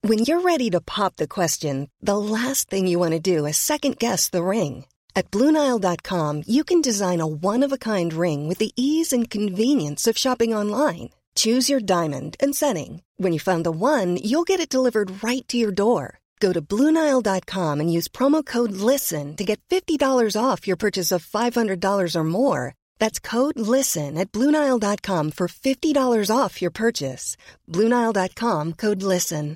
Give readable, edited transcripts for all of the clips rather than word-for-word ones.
When you're ready to pop the question, the last thing you want to do is second-guess the ring. At BlueNile.com, you can design a one-of-a-kind ring with the ease and convenience of shopping online. Choose your diamond and setting. When you find the one, you'll get it delivered right to your door. Go to BlueNile.com and use promo code LISTEN to get $50 off your purchase of $500 or more. That's code LISTEN at BlueNile.com for $50 off your purchase. BlueNile.com, code LISTEN.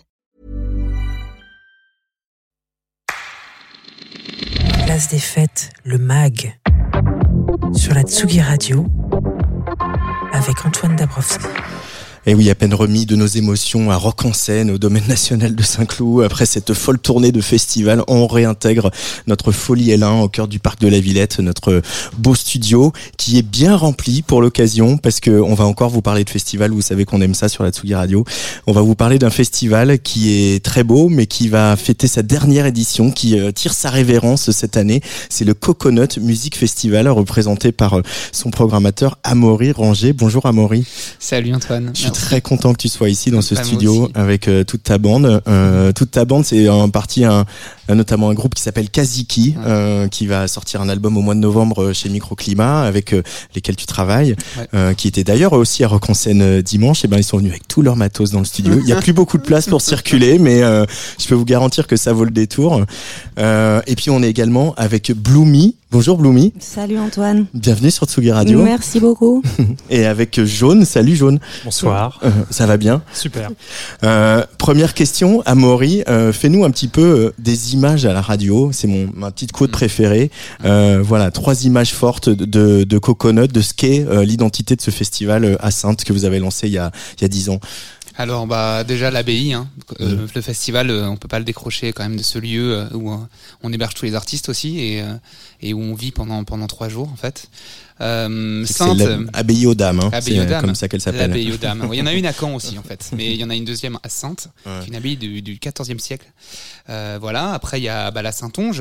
Place des fêtes, le MAG, sur la Tsugi Radio, avec Antoine Dabrowski. Et oui, à peine remis de nos émotions à Rock en scène au domaine national de Saint-Cloud, après cette folle tournée de festival, on réintègre notre Folie L1 au cœur du parc de la Villette, notre beau studio qui est bien rempli pour l'occasion, parce que on va encore vous parler de festival. Vous savez qu'on aime ça sur la Tsugi Radio. On va vous parler d'un festival qui est très beau, mais qui va fêter sa dernière édition, qui tire sa révérence cette année. C'est le Coconut Music Festival, représenté par son programmateur Amaury Ranger. Bonjour Amaury. Salut Antoine. Je suis très content que tu sois ici dans ce studio avec toute ta bande. Toute ta bande, c'est en partie notamment un groupe qui s'appelle Kaziki, qui va sortir un album au mois de novembre chez Microclimat, avec lesquels tu travailles, qui était d'ailleurs aussi à Rock en scène dimanche. Et ben ils sont venus avec tout leur matos dans le studio. Il y a plus beaucoup de place pour circuler, mais je peux vous garantir que ça vaut le détour. Et puis on est également avec Bloomy. Bonjour Bloomy. Salut Antoine. Bienvenue sur Tsugi Radio. Merci beaucoup. Et avec Jaune. Salut Jaune. Bonsoir. Ça va bien? Super. Première question, Amaury, fais-nous un petit peu des images à la radio. C'est ma petite quote préférée. Voilà, 3 images fortes de Coconut, de ce qu'est l'identité de ce festival à Saintes que vous avez lancé il y a 10 ans. Alors déjà l'abbaye, le festival, on peut pas le décrocher quand même de ce lieu où on héberge tous les artistes aussi et où on vit pendant 3 jours en fait. Sainte, Abbaye aux Dames, Abbaye aux Dames, comme ça qu'elle s'appelle. L'abbaye aux Dames. Il y en a une à Caen aussi en fait, mais il y en a une deuxième à Saintes, qui est une abbaye du XIVe siècle. Voilà. Après il y a la Saintonge,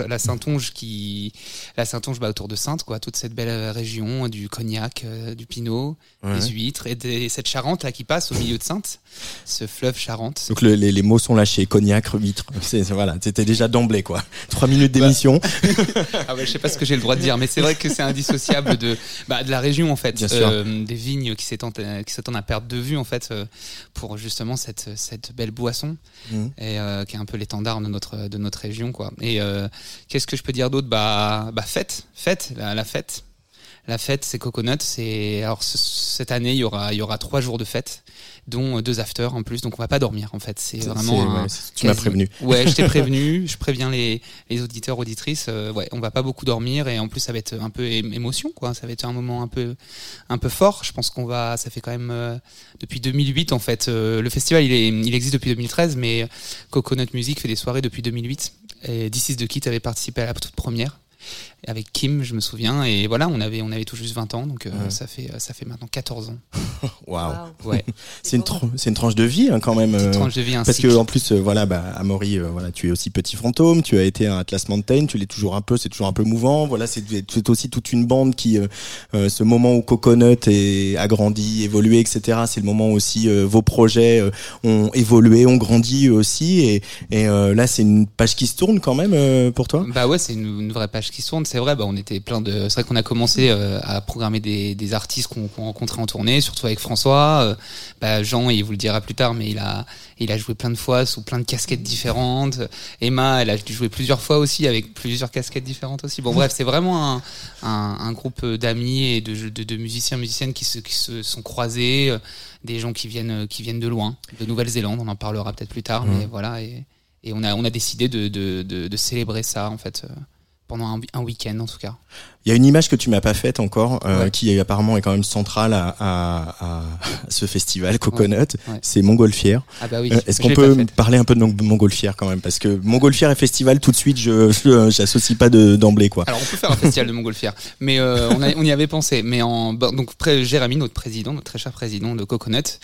autour de Saintes, quoi, toute cette belle région du Cognac, du Pinot, des huîtres et cette Charente là qui passe au milieu de Saintes, ce fleuve Charente. Donc les mots sont lâchés, Cognac, huîtres. Voilà, c'était déjà d'emblée quoi. 3 minutes d'émission. Ah ouais, je sais pas ce que j'ai le droit de dire, mais c'est vrai que c'est indissociable de la région en fait, des vignes qui s'étendent à perte de vue en fait, pour justement cette belle boisson et qui est un peu l'étendard de notre région quoi. Et qu'est-ce que je peux dire d'autre? La fête, c'est Coconut. Cette année, il y aura 3 jours de fête, dont 2 afters en plus. Donc on va pas dormir en fait. C'est vraiment. Tu m'as prévenu. Ouais, je t'ai prévenu. Je préviens les auditeurs, auditrices. On va pas beaucoup dormir et en plus ça va être un peu émotion quoi. Ça va être un moment un peu fort. Je pense ça fait quand même depuis 2008 en fait. Le festival il existe depuis 2013, mais Coconut Music fait des soirées depuis 2008. Et This Is The Kid avait participé à la toute première. Avec Kim, je me souviens, et voilà, on avait tout juste 20 ans, donc ça fait maintenant 14 ans. Waouh. Ouais. C'est une tranche de vie quand même. Une tranche de vie, parce que en plus Amaury, tu es aussi Petit Fantôme, tu as été à Atlas Mountain, tu l'es toujours un peu, c'est toujours un peu mouvant. Voilà, c'est aussi toute une bande qui ce moment où Coconut a grandi, évolué, etc. C'est le moment où aussi vos projets ont évolué, ont grandi aussi, et là c'est une page qui se tourne quand même pour toi. Bah ouais, c'est une vraie page qui se tourne. C'est vrai, on était c'est vrai qu'on a commencé à programmer des artistes qu'on rencontrait en tournée, surtout avec François. Jean, il vous le dira plus tard, mais il a joué plein de fois sous plein de casquettes différentes. Emma, elle a joué plusieurs fois aussi avec plusieurs casquettes différentes aussi. Bon bref, c'est vraiment un groupe d'amis et de musiciennes qui se sont croisés, des gens qui viennent de loin, de Nouvelle-Zélande, on en parlera peut-être plus tard, mais voilà, et on a décidé de célébrer ça en fait. Pendant un week-end en tout cas. Il y a une image que tu m'as pas faite encore, qui apparemment est quand même centrale à ce festival Coconut. Ouais. C'est Montgolfière. Ah bah oui. Est-ce qu'on peut parler un peu de Montgolfière quand même, parce que Montgolfière et festival tout de suite, j'associe pas d'emblée quoi. Alors on peut faire un festival de Montgolfière, mais on y avait pensé. Mais donc Jérémy, notre très cher président de Coconut,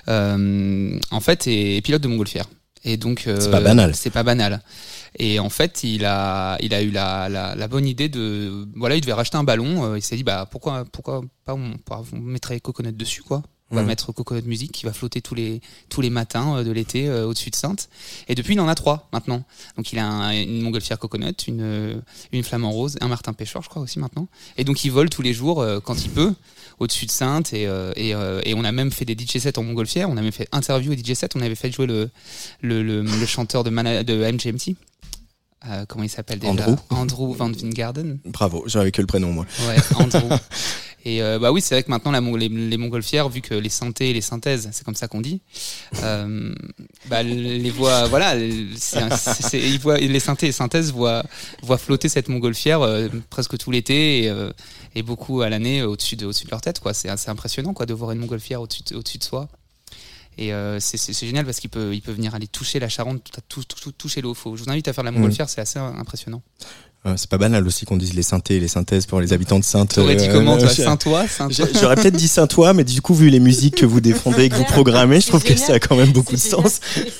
en fait est pilote de Montgolfière. Et donc c'est pas banal. C'est pas banal. Et en fait, il a eu la bonne idée il devait racheter un ballon. Il s'est dit pourquoi pas on mettrait Coconut dessus quoi. On va mettre Coconut Music qui va flotter tous les matins de l'été au-dessus de Saintes. Et depuis, il en a 3 maintenant. Donc il a une montgolfière Coconut, une flamand rose, un martin pêcheur, je crois aussi maintenant. Et donc il vole tous les jours quand il peut au-dessus de Saintes. Et on a même fait des DJ sets en montgolfière. On a même fait interview et DJ set. On avait fait jouer le chanteur de MGMT. Comment il s'appelle déjà? Andrew Van Vingarden. Bravo, j'avais que le prénom moi. Ouais, Andrew. Et oui, c'est vrai que maintenant les montgolfières, vu que les synthés et les synthèses, c'est comme ça qu'on dit, les voix, voilà, les synthés et synthèses voient flotter cette montgolfière presque tout l'été et beaucoup à l'année au-dessus de leur tête, quoi. C'est assez impressionnant, quoi, de voir une montgolfière au-dessus de soi. Et c'est génial parce qu'il peut venir aller toucher la Charente, toucher l'eau. Je vous invite à faire de la montgolfière, c'est assez impressionnant. C'est pas banal aussi qu'on dise les synthés et les synthèses pour les habitants de Saintes. T'aurais dit comment, toi? Saint-Ouen? J'aurais peut-être dit Saint-Ouen, mais du coup, vu les musiques que vous défendez et que vous programmez, je trouve que ça a quand même beaucoup de sens.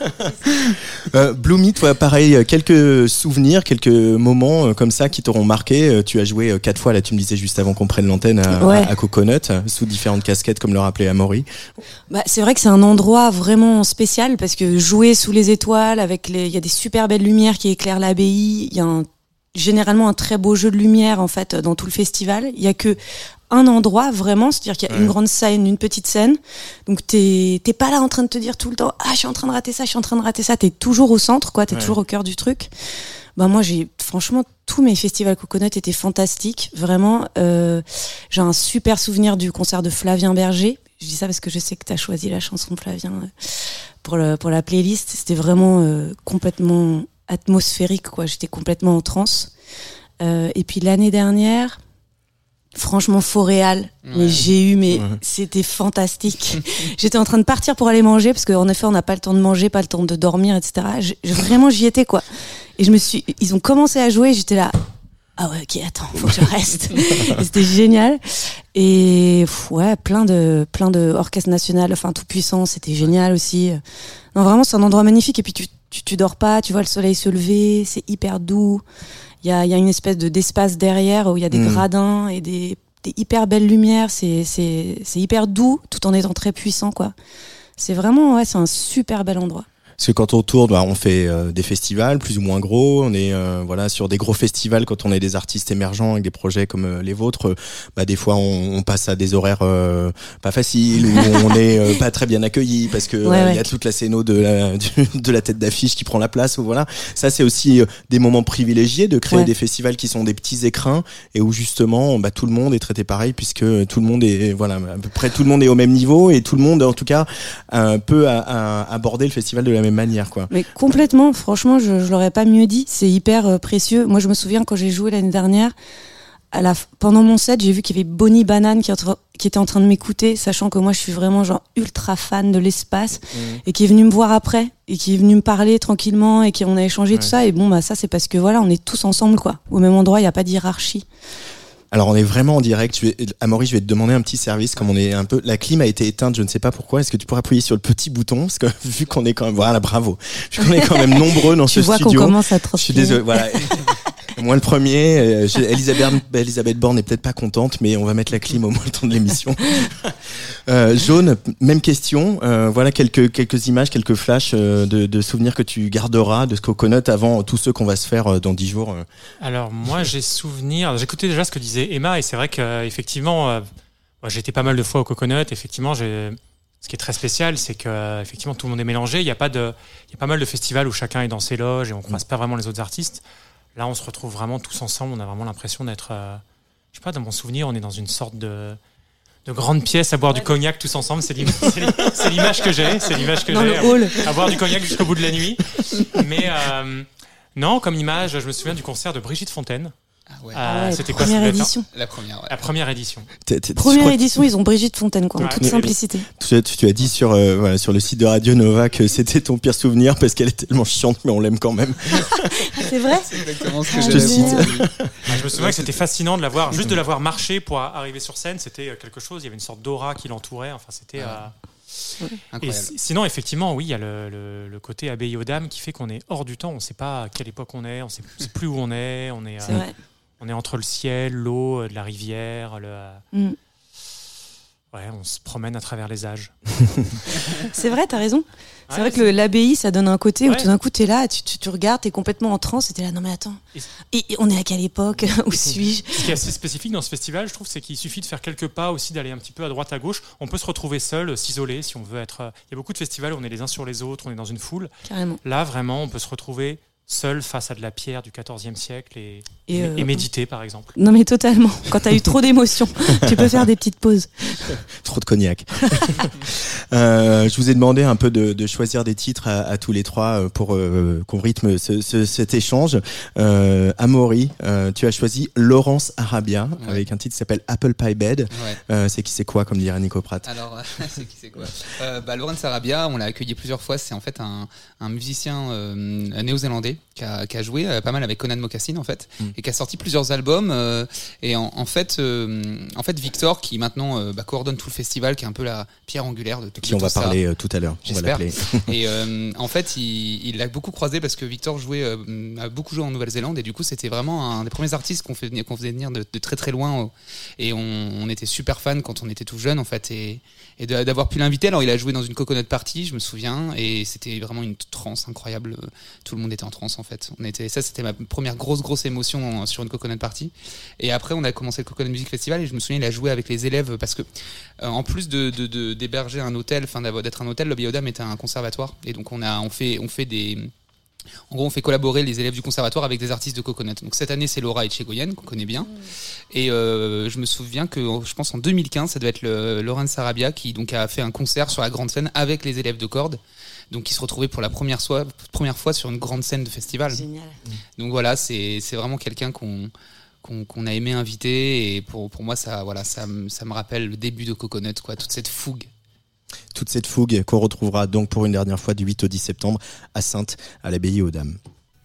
Bloomy, toi, pareil, quelques souvenirs, quelques moments comme ça qui t'auront marqué. Tu as joué 4 fois, là, tu me disais juste avant qu'on prenne l'antenne à Coconut, sous différentes casquettes, comme le rappelait Amaury. C'est vrai que c'est un endroit vraiment spécial parce que jouer sous les étoiles, il y a des super belles lumières qui éclairent l'abbaye, il y a généralement un très beau jeu de lumière en fait dans tout le festival. Il y a que un endroit vraiment, c'est-à-dire qu'il y a une grande scène, une petite scène. Donc t'es pas là en train de te dire tout le temps je suis en train de rater ça, t'es toujours au centre, quoi, t'es toujours au cœur du truc. Moi franchement tous mes festivals Coconut étaient fantastiques, vraiment. J'ai un super souvenir du concert de Flavien Berger. Je dis ça parce que je sais que t'as choisi la chanson de Flavien pour la playlist. C'était vraiment complètement atmosphérique, quoi. J'étais complètement en transe. Et puis l'année dernière, franchement, Faux-Réal. Mais c'était fantastique. J'étais en train de partir pour aller manger parce qu'en effet, on n'a pas le temps de manger, pas le temps de dormir, etc. Vraiment, j'y étais, quoi. Et ils ont commencé à jouer et j'étais là. Ah ouais, ok, attends, faut que je reste. Et c'était génial. Et plein de orchestres nationaux, enfin tout puissant, c'était génial aussi. Non, vraiment, c'est un endroit magnifique. Et puis tu dors pas, tu vois le soleil se lever, c'est hyper doux. Il y a une espèce d'espace derrière où il y a des gradins et des hyper belles lumières. C'est hyper doux tout en étant très puissant, quoi. C'est vraiment, c'est un super bel endroit. Parce que quand on tourne, on fait des festivals plus ou moins gros. On est sur des gros festivals quand on est des artistes émergents avec des projets comme les vôtres. Des fois, on passe à des horaires pas faciles où on est pas très bien accueilli parce que il y a toute la scéno de la tête d'affiche qui prend la place. Voilà, ça c'est aussi des moments privilégiés de créer des festivals qui sont des petits écrins et où justement tout le monde est traité pareil puisque tout le monde est à peu près tout le monde est au même niveau et tout le monde en tout cas peut aborder le festival de la même manière, quoi. Mais complètement, franchement, je l'aurais pas mieux dit. C'est hyper précieux. Moi, je me souviens quand j'ai joué l'année dernière, pendant mon set, j'ai vu qu'il y avait Bonnie Banane qui était en train de m'écouter, sachant que moi, je suis vraiment ultra fan de l'espace et qui est venu me voir après et qui est venu me parler tranquillement et on a échangé tout ça. Et ça, c'est parce que on est tous ensemble, quoi. Au même endroit, il y a pas de hiérarchie. Alors on est vraiment en direct. Amaury, je vais te demander un petit service. Comme on est la clim a été éteinte, je ne sais pas pourquoi. Est-ce que tu pourrais appuyer sur le petit bouton? Parce que vu qu'on est quand même, bravo. Vu qu'on est quand même nombreux dans ce studio. Tu vois qu'on commence à trop. Je suis désolé. Voilà. Moi le premier. Elisabeth Borne n'est peut-être pas contente, mais on va mettre la clim au moins le temps de l'émission. Jaune, même question. Voilà quelques images, quelques flashs de souvenirs que tu garderas de ce Coconut avant tous ceux qu'on va se faire dans 10 jours. Alors moi j'ai souvenir. J'écoutais déjà ce que disait Emma et c'est vrai qu'effectivement, j'ai été pas mal de fois au Coconut. Effectivement, ce qui est très spécial, c'est que effectivement tout le monde est mélangé. Il y a pas mal de festivals où chacun est dans ses loges et on croise pas vraiment les autres artistes. Là, on se retrouve vraiment tous ensemble. On a vraiment l'impression d'être, je sais pas, dans mon souvenir, on est dans une sorte de grande pièce à boire du cognac tous ensemble. C'est l'image que j'ai. Dans le hall. À boire du cognac jusqu'au bout de la nuit. Mais non, comme image, je me souviens du concert de Brigitte Fontaine. C'était quoi, première édition. La première édition. Première édition, ils ont Brigitte Fontaine, quoi, en toute simplicité. Tu as dit sur le site de Radio Nova que c'était ton pire souvenir parce qu'elle est tellement chiante, mais on l'aime quand même. C'est vrai. C'est exactement ce que je te cite. Je me souviens que c'était fascinant de la voir, juste de la voir marcher pour arriver sur scène, c'était quelque chose. Il y avait une sorte d'aura qui l'entourait. Enfin, c'était. Et sinon, effectivement, oui, il y a le côté abbaye aux dames qui fait qu'on est hors du temps. On ne sait pas à quelle époque on est. On ne sait plus où on est. C'est vrai. On est entre le ciel, l'eau, de la rivière. Ouais, on se promène à travers les âges. C'est vrai, t'as raison. C'est vrai que c'est- l'abbaye, ça donne un côté où Ouais. tout d'un coup, t'es là, tu regardes, t'es complètement en transe, et t'es là, non mais attends, et on est à quelle époque? Où suis-je? Ce qui est assez spécifique dans ce festival, je trouve, c'est qu'il suffit de faire quelques pas aussi, d'aller un petit peu à droite, à gauche. On peut se retrouver seul, s'isoler si on veut être. Il y a beaucoup de festivals où on est les uns sur les autres, on est dans une foule. Carrément. Là, vraiment, on peut se retrouver seul face à de la pierre du XIVe siècle et méditer, par exemple. Non mais totalement. Quand t'as eu trop d'émotions, tu peux faire des petites pauses. Trop de cognac. Je vous ai demandé un peu de choisir des titres à tous les trois pour qu'on rythme cet échange. Amaury, tu as choisi Laurence Arabia avec un titre qui s'appelle Apple Pie Bed. Ouais. C'est quoi, comme dirait Nico Pratt? Alors, c'est quoi Laurence Arabia, on l'a accueilli plusieurs fois. C'est en fait un musicien néo-zélandais qui a joué pas mal avec Conan Mocassin en fait, et qui a sorti plusieurs albums. Et en fait, Victor, qui maintenant coordonne tout le festival, qui est un peu la pierre angulaire de tout ça. Qui on va parler tout à l'heure. J'espère. Et en fait, il l'a beaucoup croisé parce que Victor a beaucoup joué en Nouvelle-Zélande, et du coup, c'était vraiment un des premiers artistes qu'on faisait venir de très très loin. Et on était super fans quand on était tout jeune en fait, et d'avoir pu l'inviter. Alors, il a joué dans une Coconut Party, je me souviens, et c'était vraiment une transe incroyable. Tout le monde était en transe en fait. C'était ma première grosse émotion sur une Coconut Party. Et après, on a commencé le Coconut Music Festival, et je me souviens, il a joué avec les élèves parce que en plus d'héberger un hôtel, enfin d'être un hôtel, l'Abbaye aux Dames est un conservatoire, et donc on fait collaborer les élèves du conservatoire avec des artistes de Coconut. Donc cette année, c'est Laura Etchegoyen, qu'on connaît bien. Et je me souviens que, je pense en 2015, ça devait être Laurence Arabia qui donc a fait un concert sur la grande scène avec les élèves de cordes. Donc qui se retrouvaient pour la première fois sur une grande scène de festival. Génial. Donc voilà, c'est vraiment quelqu'un qu'on a aimé inviter, et pour moi ça me rappelle le début de Coconut, quoi, toute cette fougue. Toute cette fougue qu'on retrouvera donc pour une dernière fois du 8 au 10 septembre à Saintes, à l'Abbaye aux Dames.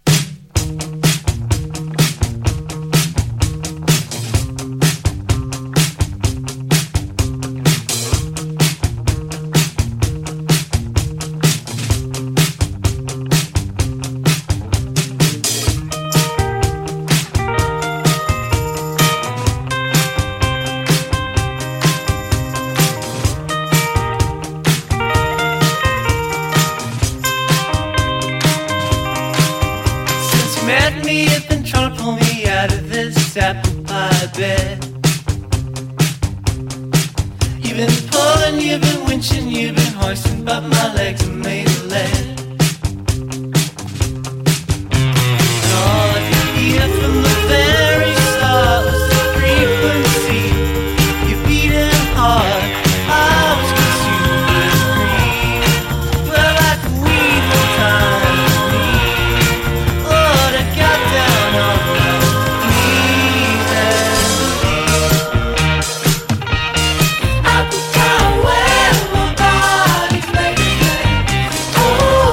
Apple pie bed. You've been pulling, you've been winching, you've been hoisting, but my legs are made of lead. And all I could hear from the very start was the frequency. You're beating hard, I was consumed with greed. Well, like a weed no time for me. Lord, I got down on my oh,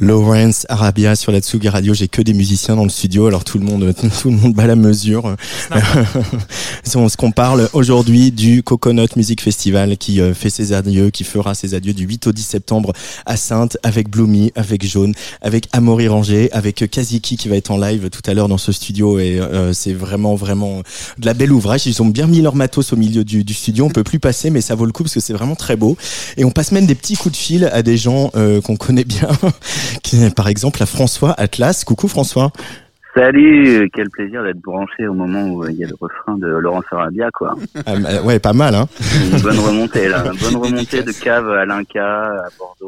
Lawrence Arabia sur la Tsugi Radio. J'ai que des musiciens dans le studio, alors tout le monde bat la mesure. Ce qu'on parle aujourd'hui du Coconut Music Festival qui fait ses adieux, qui fera ses adieux du 8 au 10 septembre à Saintes avec Bloomy, avec Jaune, avec Amaury Ranger, avec Kaziki qui va être en live tout à l'heure dans ce studio et c'est vraiment de la belle ouvrage. Ils ont bien mis leur matos au milieu du studio. On peut plus passer, mais ça vaut le coup parce que c'est vraiment très beau. Et on passe même des petits coups de fil à des gens qu'on connaît bien. Par exemple à François Atlas. Coucou François. Salut, quel plaisir d'être branché au moment où il y a le refrain de Laurence Arabia, quoi. Ouais, pas mal, hein. Une bonne remontée, là. Une bonne remontée de cave à l'Inca, à Bordeaux.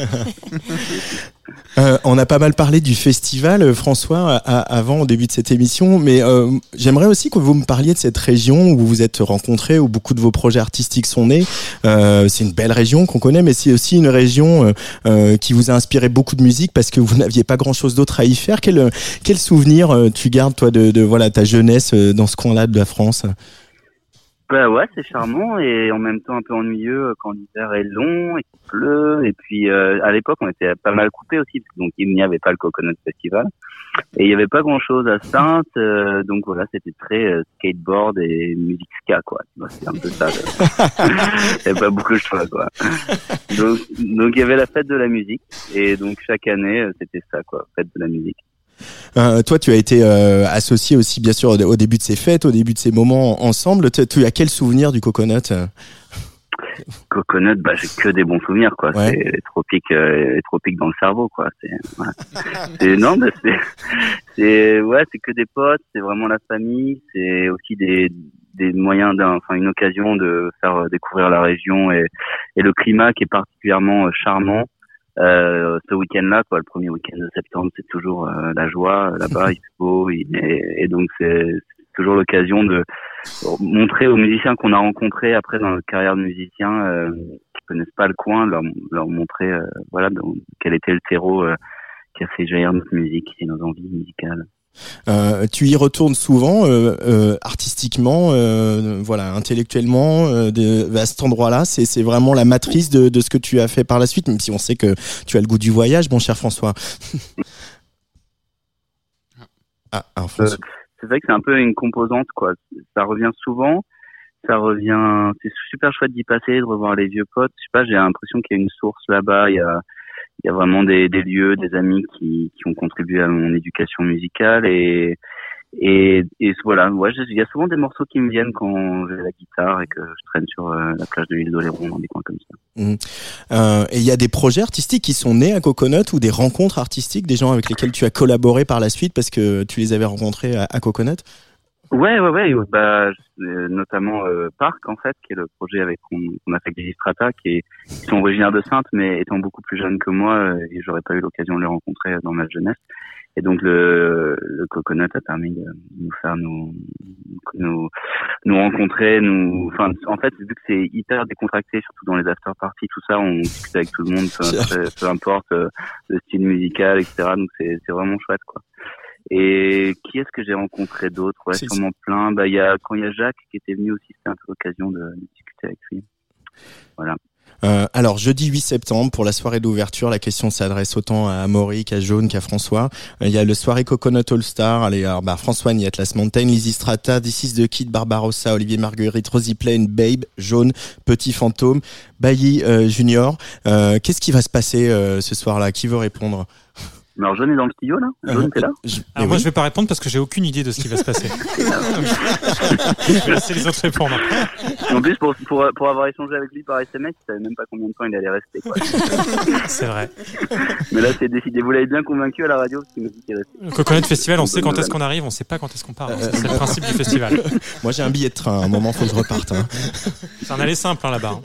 On a pas mal parlé du festival, François, avant, au début de cette émission, mais j'aimerais aussi que vous me parliez de cette région où vous vous êtes rencontrés, où beaucoup de vos projets artistiques sont nés. C'est une belle région qu'on connaît, mais c'est aussi une région qui vous a inspiré beaucoup de musique parce que vous n'aviez pas grand-chose d'autre à y faire. Quel souvenir tu gardes, toi, de voilà ta jeunesse dans ce coin-là de la France? Bah ouais, c'est charmant et en même temps un peu ennuyeux quand l'hiver est long et qu'il pleut. Et puis à l'époque, on était pas mal coupés aussi, donc il n'y avait pas le Coconut Festival et il n'y avait pas grand-chose à Saintes. Donc voilà, c'était très skateboard et musique ska, quoi. C'est un peu ça. Il n'y avait pas beaucoup de choix, quoi. Donc il y avait la fête de la musique et donc chaque année, c'était ça, quoi, fête de la musique. Toi, tu as été associé aussi, bien sûr, au début de ces fêtes, au début de ces moments ensemble. Tu as quel souvenir du Coconut? Coconut, bah j'ai que des bons souvenirs, quoi. Ouais. C'est les tropiques dans le cerveau, quoi. Voilà. Non, mais c'est que des potes. C'est vraiment la famille. C'est aussi des moyens une occasion de faire découvrir la région et le climat qui est particulièrement charmant. Ce week-end-là, quoi, le premier week-end de septembre, c'est toujours la joie là-bas. Il fait beau et donc c'est toujours l'occasion de montrer aux musiciens qu'on a rencontrés après dans notre carrière de musicien qui connaissent pas le coin, leur montrer quel était le terreau qui a fait jaillir notre musique et nos envies musicales. Tu y retournes souvent artistiquement, intellectuellement à cet endroit-là. C'est vraiment la matrice de ce que tu as fait par la suite, même si on sait que tu as le goût du voyage, mon cher François. François. C'est vrai que c'est un peu une composante, quoi. Ça revient souvent. C'est super chouette d'y passer, de revoir les vieux potes. Je sais pas, j'ai l'impression qu'il y a une source là-bas. Il y a vraiment des lieux, des amis qui ont contribué à mon éducation musicale et voilà. Ouais, il y a souvent des morceaux qui me viennent quand j'ai la guitare et que je traîne sur la plage de l'île d'Oléron dans des coins comme ça. Et il y a des projets artistiques qui sont nés à Coconut ou des rencontres artistiques, des gens avec lesquels tu as collaboré par la suite parce que tu les avais rencontrés à Coconut? Ouais. Bah, notamment Parc, en fait, qui est le projet qu'on a fait avec Illustrata, qui sont originaires de Saintes, mais étant beaucoup plus jeunes que moi, et j'aurais pas eu l'occasion de les rencontrer dans ma jeunesse. Et donc le Coconut a permis de nous faire nous rencontrer, en fait, vu que c'est hyper décontracté, surtout dans les after parties, tout ça, on discute avec tout le monde, peu importe le style musical, etc. Donc c'est vraiment chouette, quoi. Et qui est-ce que j'ai rencontré d'autres? Ouais, sûrement plein. Bah, quand il y a Jacques qui était venu aussi, c'était un peu l'occasion de discuter avec lui. Voilà. Alors, jeudi 8 septembre, pour la soirée d'ouverture, la question s'adresse autant à Amaury qu'à Jaune qu'à François. Il y a le soirée Coconut All Star. Allez, alors, François Niette, Last Mountain, Lizzy Strata, This Is The Kid, Barbarossa, Olivier Marguerite, Rosie Plain, Babe, Jaune, Petit Fantôme, Bailly Junior. Qu'est-ce qui va se passer ce soir-là? Qui veut répondre? Alors, Jaune est dans le studio, là? Jaune, t'es là? Alors moi, je vais pas répondre parce que j'ai aucune idée de ce qui va se passer. Je vais laisser les autres répondre. En plus, pour avoir échangé avec lui par SMS, il savait même pas combien de temps il allait rester, quoi. C'est vrai. Mais là, c'est décidé. Vous l'avez bien convaincu à la radio parce qu'il m'a dit qu'il restait. Le Coconut Festival, on sait quand est-ce qu'on arrive, on sait pas quand est-ce qu'on part. C'est le principe du festival. Moi, j'ai un billet de train. À un moment, faut que je reparte. C'est un aller simple, là-bas.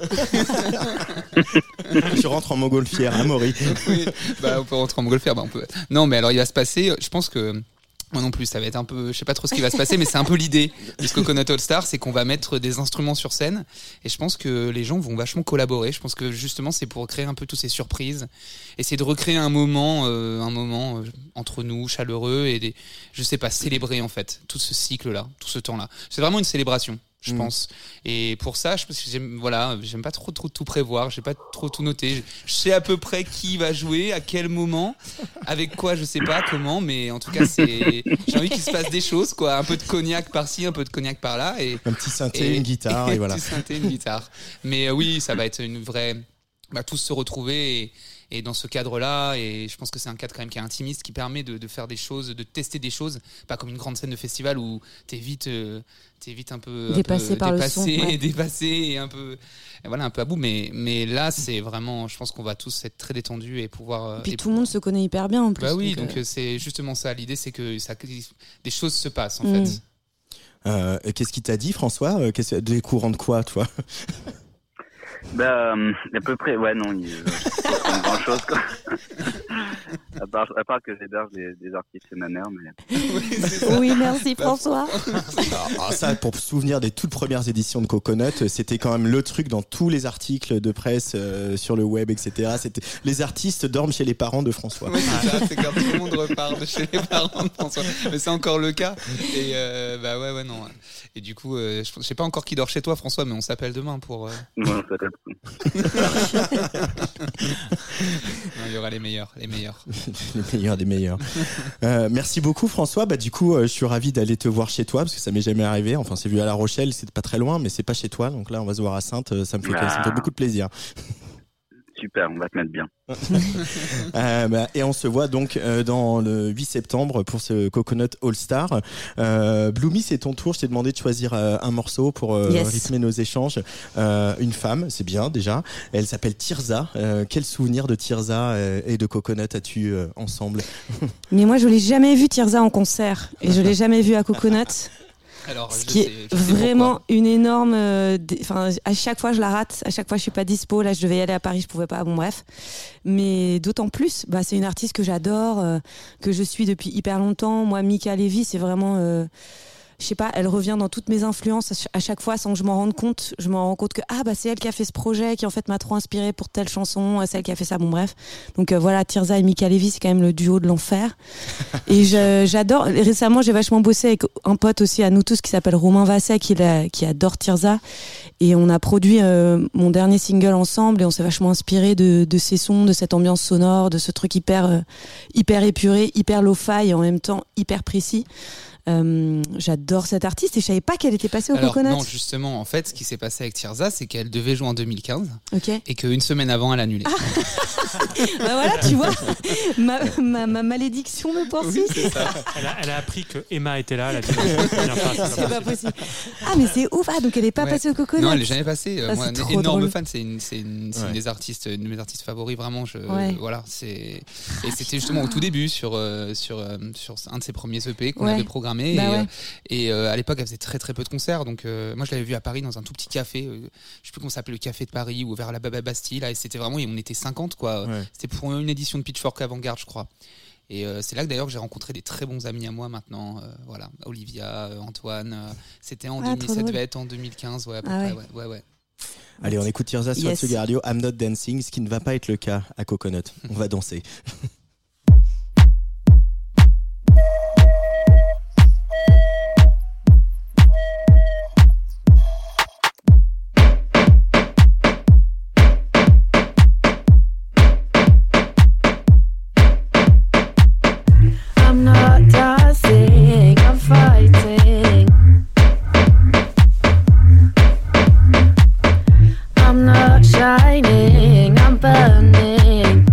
Tu rentres en montgolfière, Amaury. Oui, on peut rentrer en montgolfière, on peut. Non, mais alors il va se passer, je pense que moi non plus, ça va être un peu, je sais pas trop ce qui va se passer, mais c'est un peu l'idée de ce Coconut All Star, c'est qu'on va mettre des instruments sur scène et je pense que les gens vont vachement collaborer. Je pense que justement c'est pour créer un peu toutes ces surprises, essayer de recréer un moment entre nous chaleureux et je sais pas, célébrer en fait tout ce cycle-là, tout ce temps-là. C'est vraiment une célébration. je pense. Et pour ça, je pense que j'aime pas trop tout prévoir, j'ai pas trop tout noté. Je sais à peu près qui va jouer, à quel moment, avec quoi, je sais pas comment, mais en tout cas, j'ai envie qu'il se passe des choses, quoi. Un peu de cognac par-ci, un peu de cognac par-là, et un petit synthé, une guitare, et voilà. Un petit synthé, une guitare. Mais oui, ça va être une vraie, tous se retrouver et dans ce cadre-là, et je pense que c'est un cadre quand même qui est intimiste, qui permet de faire des choses, de tester des choses, pas comme une grande scène de festival où t'es vite un peu dépassé par le son, dépassé et un peu un peu à bout, mais là c'est vraiment, je pense qu'on va tous être très détendus et pouvoir puis tout le monde se connaît hyper bien en plus. Bah oui, donc c'est justement ça l'idée, c'est que des choses se passent en fait. Qu'est-ce qu'il t'a dit, François? Des courants de quoi, toi? À peu près, non, pas grand chose, quoi. à part que j'héberge des artistes chez ma mère, mais. Oui, merci François. Alors ça, pour se souvenir des toutes premières éditions de Coconut, c'était quand même le truc dans tous les articles de presse sur le web, etc. C'était les artistes dorment chez les parents de François. Oui, c'est ça, c'est quand tout le monde repart de chez les parents de François. Mais c'est encore le cas. Et non. Et du coup, je sais pas encore qui dort chez toi, François, mais on s'appelle demain pour. Non, ça t'aide. Il y aura les meilleurs. Les meilleurs des meilleurs. Merci beaucoup, François. Du coup, je suis ravi d'aller te voir chez toi parce que ça m'est jamais arrivé. Enfin, c'est vu à La Rochelle, c'est pas très loin, mais c'est pas chez toi. Donc là, on va se voir à Saintes. Ça me fait beaucoup de plaisir. Super, on va te mettre bien. Et on se voit donc dans le 8 septembre pour ce Coconut All Star. Bloomy, c'est ton tour. Je t'ai demandé de choisir un morceau pour rythmer nos échanges. Une femme, c'est bien déjà. Elle s'appelle Tirza. Quel souvenir de Tirza et de Coconut as-tu ensemble? Mais moi, je l'ai jamais vu Tirza en concert et je l'ai jamais vu à Coconut. Alors, ce qui est vraiment une énorme. À chaque fois je la rate, à chaque fois je suis pas dispo. Là, je devais y aller à Paris, je pouvais pas. Bon, bref. Mais d'autant plus, c'est une artiste que j'adore, que je suis depuis hyper longtemps. Moi, Mika Levy, c'est vraiment. Je sais pas, elle revient dans toutes mes influences à chaque fois sans que je m'en rende compte. Je me rends compte que c'est elle qui a fait ce projet qui en fait m'a trop inspiré pour telle chanson, c'est elle qui a fait ça, bon bref. Donc voilà, Tirza et Mika Levy, c'est quand même le duo de l'enfer. Et j'adore. Récemment, j'ai vachement bossé avec un pote aussi à nous tous qui s'appelle Romain Vasset qui adore Tirza. Et on a produit mon dernier single ensemble et on s'est vachement inspiré de ces sons, de cette ambiance sonore, de ce truc hyper épuré, hyper lo-fi et en même temps hyper précis. J'adore cette artiste et je savais pas qu'elle était passée au Coconut. Non, justement, en fait, ce qui s'est passé avec Tirza, c'est qu'elle devait jouer en 2015 et qu'une semaine avant, elle a annulé. Voilà, tu vois, ma malédiction me poursuit. Oui, elle a appris que Emma était là. C'est pas possible. Mais c'est ouf. Donc elle est pas passée au Coconut. Non, elle est jamais passée. Moi, un énorme fan. C'est une des artistes, une de mes artistes favoris, vraiment. Voilà, et c'était justement au tout début sur un de ses premiers EP qu'on avait programmé. Et à l'époque, elle faisait très très peu de concerts. Donc moi, je l'avais vue à Paris dans un tout petit café. Je sais plus comment ça s'appelait, le café de Paris ou vers la Bastille. Là, et c'était vraiment, on était 50 quoi. C'était pour une édition de Pitchfork Avant-Garde, je crois. Et c'est là que d'ailleurs que j'ai rencontré des très bons amis à moi maintenant. Olivia, Antoine. C'était en 2007, ça devait être en 2015, à peu près. Ouais. Allez, on écoute Tirza sur Tsugi Radio. I'm Not Dancing, ce qui ne va pas être le cas à Coconut. On va danser. Shining, I'm burning.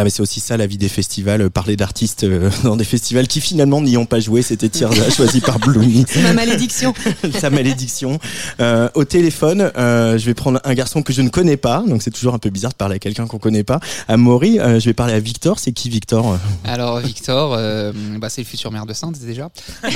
mais c'est aussi ça la vie des festivals, parler d'artistes dans des festivals qui finalement n'y ont pas joué. C'était Tirza choisi par Bloomy. C'est ma malédiction. Sa malédiction. Au téléphone, je vais prendre un garçon que je ne connais pas, donc c'est toujours un peu bizarre de parler à quelqu'un qu'on connaît pas. Amaury, je vais parler à Victor. C'est qui Victor? Alors Victor, c'est le futur maire de Saintes déjà.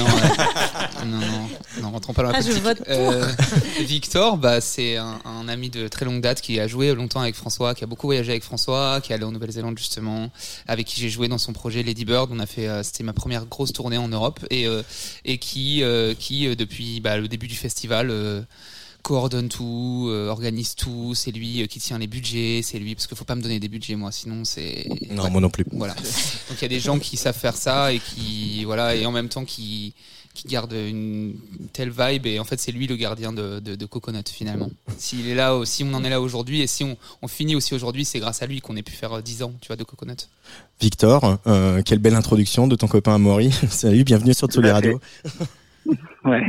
Non, rentrons pas dans la politique. Je vote pour. Victor, c'est un ami de très longue date qui a joué longtemps avec François, qui a beaucoup voyagé avec François, qui est allé en Nouvelle-Zélande justement, avec qui j'ai joué dans son projet Lady Bird. On a fait, c'était ma première grosse tournée en Europe et qui depuis le début du festival coordonne tout, organise tout. C'est lui qui tient les budgets, c'est lui, parce qu'il faut pas me donner des budgets moi, sinon c'est. Non, moi non plus. Voilà. Donc il y a des gens qui savent faire ça et qui et en même temps qui garde une telle vibe, et en fait c'est lui le gardien de Coconut finalement. S'il est là, si on en est là aujourd'hui, et si on finit aussi aujourd'hui, c'est grâce à lui qu'on ait pu faire 10 ans, tu vois, de Coconut. Victor, quelle belle introduction de ton copain Amaury. Salut, bienvenue sur Tsugi Radio. Ouais,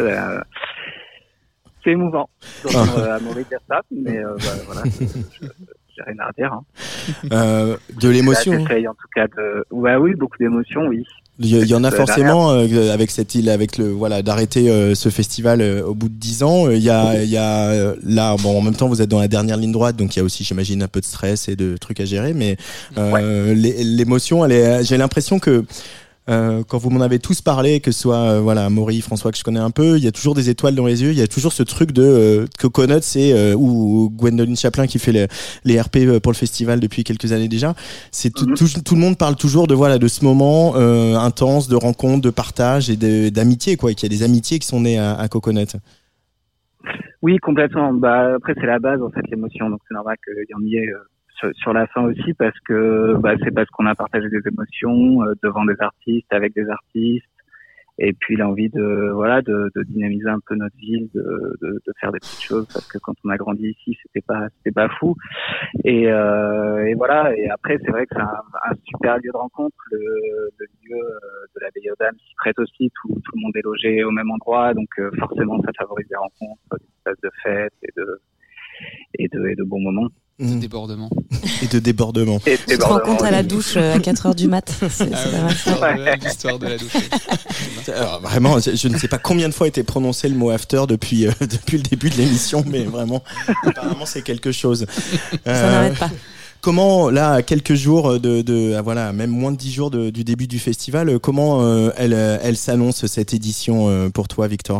c'est émouvant d'entendre Amaury dire ça, mais voilà, j'ai rien à redire. Hein. De l'émotion. J'essaye en tout cas oui, beaucoup d'émotions, oui. Il y en a forcément avec cette île, avec d'arrêter ce festival au bout de 10 ans. Il y a là, en même temps vous êtes dans la dernière ligne droite, donc il y a aussi, j'imagine, un peu de stress et de trucs à gérer, mais l'émotion, j'ai l'impression que quand vous m'en avez tous parlé, que ce soit Amaury, François que je connais un peu, il y a toujours des étoiles dans les yeux, il y a toujours ce truc de Coconut, c'est ou Gwendoline Chaplin qui fait les RP pour le festival depuis quelques années déjà. C'est tout le monde parle toujours de ce moment intense de rencontre, de partage et d'amitié, quoi, et qu'il y a des amitiés qui sont nées à Coconut. Oui, complètement. Après c'est la base en fait, l'émotion, donc c'est normal qu'il y en ait sur la fin aussi, parce que c'est parce qu'on a partagé des émotions devant des artistes, avec des artistes, et puis l'envie de dynamiser un peu notre ville, de faire des petites choses, parce que quand on a grandi ici, c'était pas fou. Et voilà. Et après, c'est vrai que c'est un super lieu de rencontre, le lieu de la Baie aux Dames s'y prête aussi. Tout le monde est logé au même endroit, donc forcément, ça favorise des rencontres, des espaces de fête et de bons moments. De débordement. Et de débordement. Tu te rencontres à la douche à 4h du mat. C'est l'histoire de la douche. Alors, vraiment, je ne sais pas combien de fois a été prononcé le mot after depuis le début de l'émission, mais vraiment, apparemment, c'est quelque chose. Ça n'arrête pas. Comment, là, à quelques jours même moins de 10 jours du début du festival, comment elle s'annonce cette édition pour toi, Victor?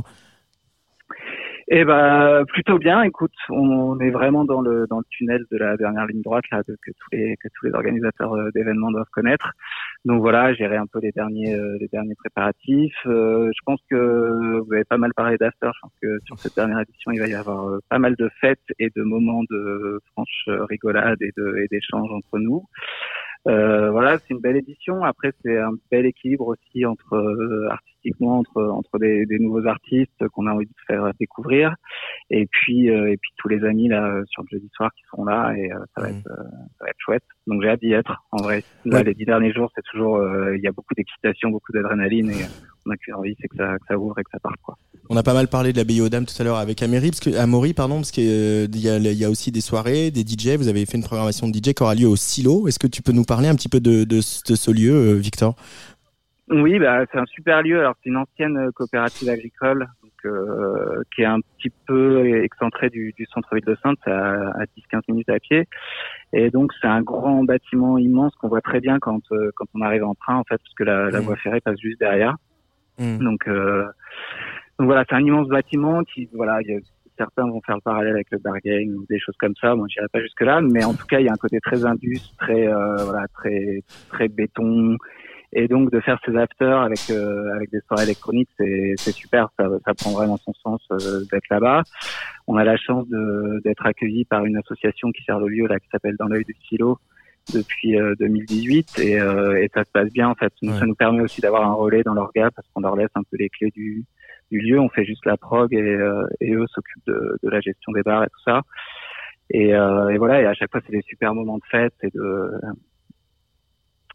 Plutôt bien. Écoute, on est vraiment dans le tunnel de la dernière ligne droite là, que tous les organisateurs d'événements doivent connaître. Donc voilà, gérer un peu les derniers préparatifs. Je pense que vous avez pas mal parlé d'after. Je pense que sur cette dernière édition, il va y avoir pas mal de fêtes et de moments de franche rigolade et d'échanges entre nous. C'est une belle édition. Après, c'est un bel équilibre aussi artistiquement entre des nouveaux artistes qu'on a envie de faire découvrir, et puis tous les amis là sur le jeudi soir qui seront là, et ça va être chouette. Donc j'ai hâte d'y être. En vrai, là, les 10 derniers jours, c'est toujours il y a beaucoup d'excitation, beaucoup d'adrénaline, et on a qu'une envie, c'est que ça ouvre et que ça parte, quoi. On a pas mal parlé de la Baie aux Dames tout à l'heure avec Amaury, parce qu'il y a aussi des soirées, des DJ. Vous avez fait une programmation de DJ qui aura lieu au Silo. Est-ce que tu peux nous parler un petit peu de ce lieu, Victor? Oui, c'est un super lieu. Alors c'est une ancienne coopérative agricole, donc qui est un petit peu excentrée du centre-ville de Saintes, à 10-15 minutes à pied. Et donc c'est un grand bâtiment immense qu'on voit très bien quand on arrive en train, en fait, parce que la voie ferrée passe juste derrière. Donc voilà, c'est un immense bâtiment qui, certains vont faire le parallèle avec le Bargain ou des choses comme ça. Moi, j'irai pas jusque là, mais en tout cas, il y a un côté très indus, très très béton. Et donc de faire ces afters avec des soirées électroniques, c'est super. Ça prend vraiment son sens d'être là-bas. On a la chance d'être accueillis par une association qui sert le lieu là, qui s'appelle Dans l'œil du Silo, depuis 2018, et ça se passe bien en fait. Ça nous permet aussi d'avoir un relais dans l'orga, parce qu'on leur laisse un peu les clés du lieu. On fait juste la prog, et eux s'occupent de la gestion des bars et tout ça. Et voilà, et à chaque fois c'est des super moments de fête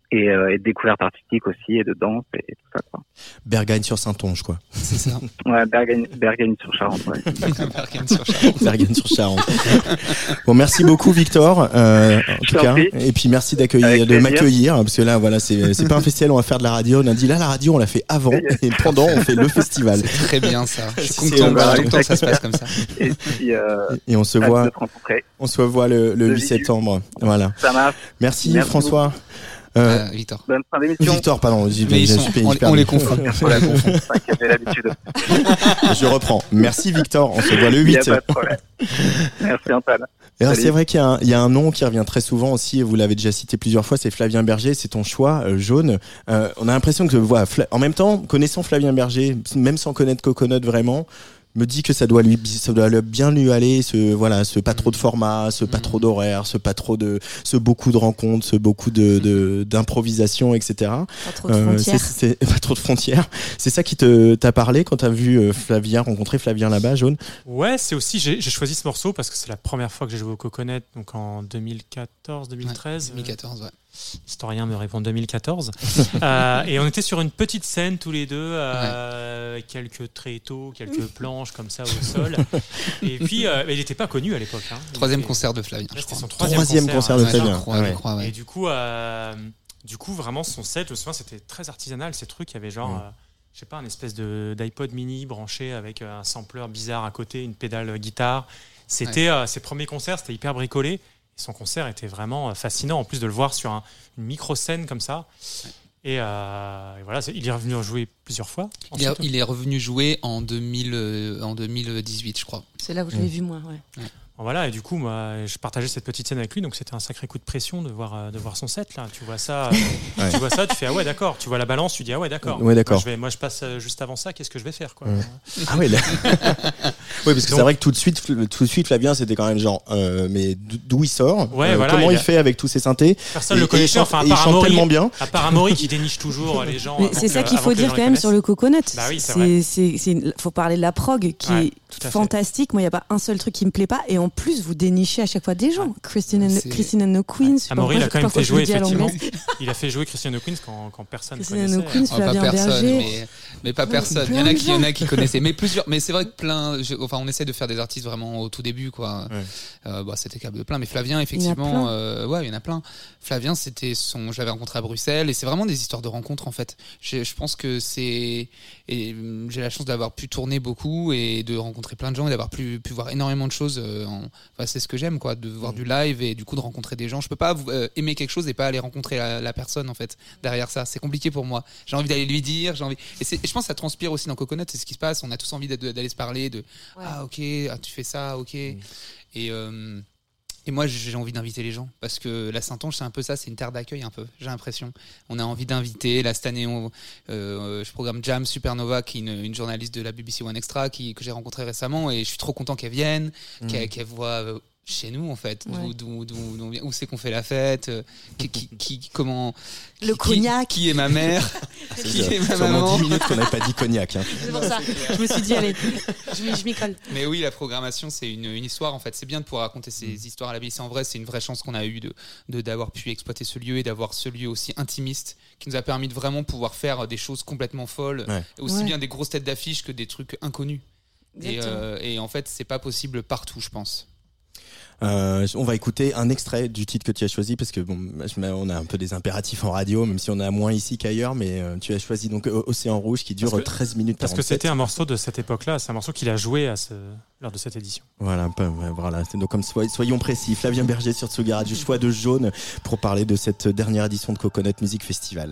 et de découverte artistique aussi et de danse et tout ça, quoi. Bergagne sur Saintonge, quoi. C'est ça. Ouais, Bergagne sur Charente, ouais. Bergen sur Charente. Bergagne sur Charente. Bon, merci beaucoup, Victor, en tout t'en cas. prie. Et puis merci Avec de plaisir. m'accueillir, parce que là, voilà, c'est pas un festival, on va faire de la radio. On a dit, là, la radio, on l'a fait avant, et pendant, on fait le festival. C'est très bien ça. Je suis C'est- content, voilà, je suis content que ça se passe comme ça. Et puis, Et on se hâte voit, de te rencontrer. le Le 8 visu. septembre. Voilà. Ça marche. Merci, Merci François. Victor. Bonne fin d'émission. Victor, pardon. Mais ils sont, on les confond. On les confond. T'inquiète, j'ai l'habitude. Je reprends. Merci, Victor. On se voit le Il n'y a 8. pas de problème. Merci Antoine. Et alors, Salut. c'est vrai qu'il y a un nom qui revient très souvent aussi, et vous l'avez déjà cité plusieurs fois, c'est Flavien Berger, c'est ton choix, Jaune. On a l'impression que, voilà, en même temps, connaissant Flavien Berger, même sans connaître Coconut vraiment, me dit que ça doit bien lui aller, ce pas trop de format, ce pas trop d'horaire, ce beaucoup de rencontres, ce beaucoup d'improvisation, etc. Pas trop de frontières. C'est pas trop de frontières. C'est ça qui t'a parlé quand t'as vu rencontrer Flavien là-bas, Jaune? Ouais, c'est aussi, j'ai choisi ce morceau parce que c'est la première fois que j'ai joué au Coconut, donc en 2014, 2013. 2014, ouais. L'historien me répond 2014. Et on était sur une petite scène tous les deux, avec quelques tréteaux, quelques planches comme ça au sol. Et puis, il n'était pas connu à l'époque. Hein. Troisième concert de Flavien. je C'était crois. son Troisième concert de hein. Flavien. Je crois, ouais. Et du coup, vraiment, son set, je me souviens, c'était très artisanal. Ces trucs, il y avait genre, je sais pas, un espèce d'iPod mini branché avec un sampler bizarre à côté, une pédale guitare. C'était ses premiers concerts, c'était hyper bricolé. Et son concert était vraiment fascinant, en plus de le voir sur une micro-scène comme ça. Et voilà, il est revenu en jouer plusieurs fois. Il est revenu jouer en 2018, je crois. C'est là où je l'ai vu, moi. Ouais. Voilà, et du coup, moi, je partageais cette petite scène avec lui, donc c'était un sacré coup de pression de voir son set là. Tu vois ça, Ouais. tu vois ça, tu fais ah ouais d'accord. Tu vois la balance, tu dis ah ouais d'accord. Ouais, d'accord. Moi je passe juste avant ça. Qu'est-ce que je vais faire quoi. Ah ouais, là. Oui, parce que c'est vrai que tout de suite, Flavien, c'était quand même genre, mais d'où il sort? Ouais, voilà, comment il fait avec tous ses synthés? Personne le connaissait. Enfin, à il part chante Amaury, tellement bien. à part Amaury qui déniche toujours les gens. Mais c'est ça qu'il faut dire quand même sur le Coconut. Bah oui, c'est vrai. Faut parler de la prog qui Ouais, est tout à fait. fantastique. Moi, il n'y a pas un seul truc qui me plaît pas. Et en plus, vous dénichez à chaque fois des gens. Christine and C'est- the Queens. Amaury, il a quand même fait jouer, effectivement. L'anglaise. Il a fait jouer Christian Queens quand personne Christine connaissait. and the Queens, Oh, pas Flavien personne, Berger. mais pas Ouais, personne. Il y plein en a de qui, il y en gens. a qui connaissaient, mais plusieurs. Mais c'est vrai que on essaie de faire des artistes vraiment au tout début, quoi. C'était capable de plein, mais Flavien, effectivement, il y en a plein. Flavien, je l'avais rencontré à Bruxelles, et c'est vraiment des histoires de rencontres en fait. Je pense que j'ai la chance d'avoir pu tourner beaucoup et de rencontrer plein de gens et d'avoir pu voir énormément de choses. C'est ce que j'aime, quoi, de voir du live et du coup de rencontrer des gens. Je peux pas aimer quelque chose et pas aller rencontrer la personne en fait derrière ça. C'est compliqué pour moi. J'ai envie d'aller lui dire, et je pense que ça transpire aussi dans Coconut. C'est ce qui se passe. On a tous envie d'aller se parler ah ok, tu fais ça, ok. Et moi, j'ai envie d'inviter les gens parce que la Saintonge, c'est un peu ça, c'est une terre d'accueil un peu, j'ai l'impression. On a envie d'inviter. Là, cette année, je programme Jam Supernova, qui est une journaliste de la BBC One Extra que j'ai rencontrée récemment, et je suis trop content qu'elle vienne, qu'elle voit chez nous en fait, où c'est qu'on fait la fête, comment Cognac. qui est ma mère, qui est ma Sûrement maman. 10 minutes qu'on n'avait pas dit cognac. Hein. C'est pour ça. Je me suis dit, allez, je m'y colle. Mais oui, la programmation, c'est une histoire en fait. C'est bien de pouvoir raconter ces histoires à la BBC. En vrai, c'est une vraie chance qu'on a eue d'avoir pu exploiter ce lieu et d'avoir ce lieu aussi intimiste qui nous a permis de vraiment pouvoir faire des choses complètement folles, aussi bien des grosses têtes d'affiche que des trucs inconnus. Et en fait, c'est pas possible partout, je pense. On va écouter un extrait du titre que tu as choisi parce que on a un peu des impératifs en radio, même si on a moins ici qu'ailleurs, mais tu as choisi donc Océan Rouge qui dure 13 minutes 47. Parce que c'était un morceau de cette époque-là, c'est un morceau qu'il a joué lors de cette édition. Voilà, donc comme soyons précis, Flavien Berger sur Tsugi Radio, choix de Jaune pour parler de cette dernière édition de Coconut Music Festival.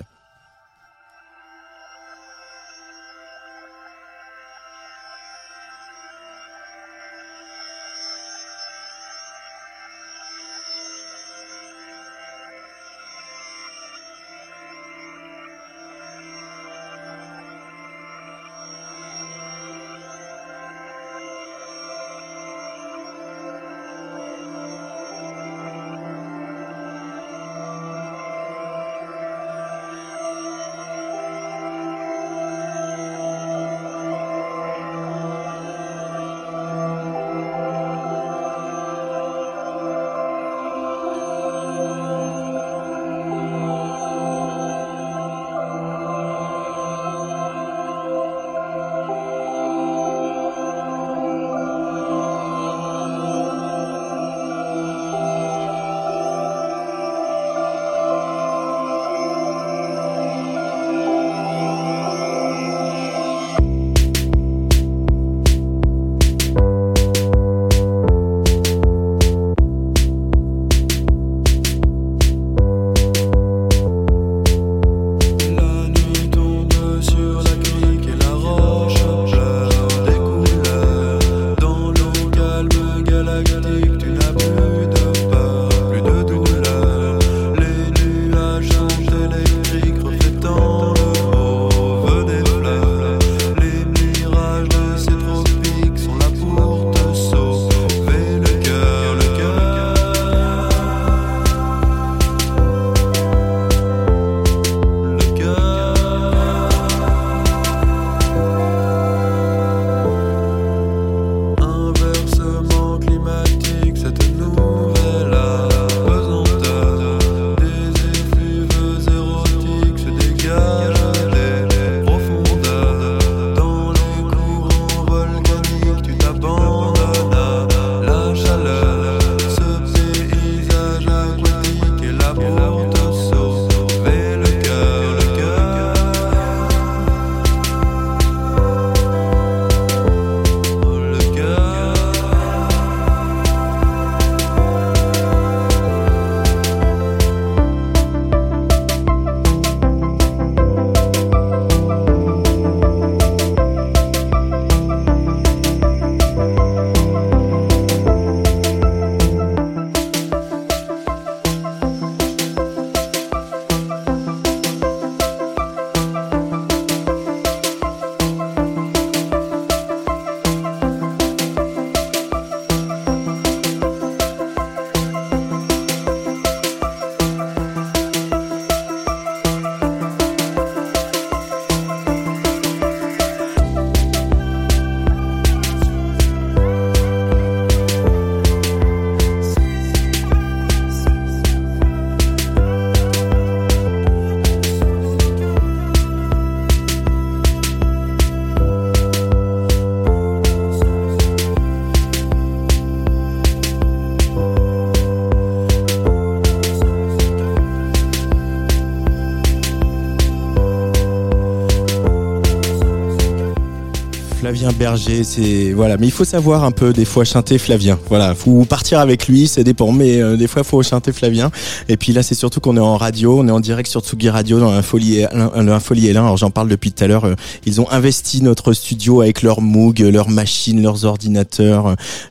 Flavien Berger, c'est voilà, mais il faut savoir un peu des fois chanter Flavien. Voilà, faut partir avec lui, ça dépend, mais des fois faut chanter Flavien. Et puis là, c'est surtout qu'on est en radio, on est en direct sur Tsugi Radio dans un Folie L1. Alors j'en parle depuis tout à l'heure. Ils ont investi notre studio avec leurs Moog, leurs machines, leurs ordinateurs,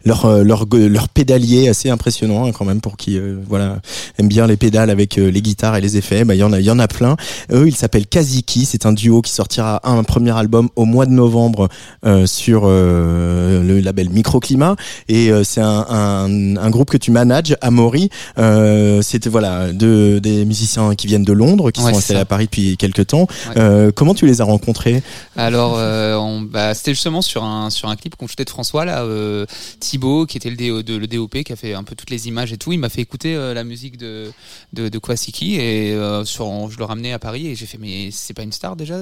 leurs pédaliers, assez impressionnant quand même pour qui voilà aime bien les pédales avec les guitares et les effets. Bah il y en a plein. Eux, ils s'appellent Kaziki. C'est un duo qui sortira un premier album au mois de novembre sur le label Microclimat, et c'est un groupe que tu manages à Maury. C'était voilà des musiciens qui viennent de Londres, qui sont installés à Paris depuis quelques temps. Ouais. Comment tu les as rencontrés? Alors c'était justement sur un clip qu'on shootait de François là, Thibaut qui était le DOP, qui a fait un peu toutes les images et tout. Il m'a fait écouter la musique de Kwasiki, et je le ramenais à Paris, et j'ai fait mais c'est pas une star déjà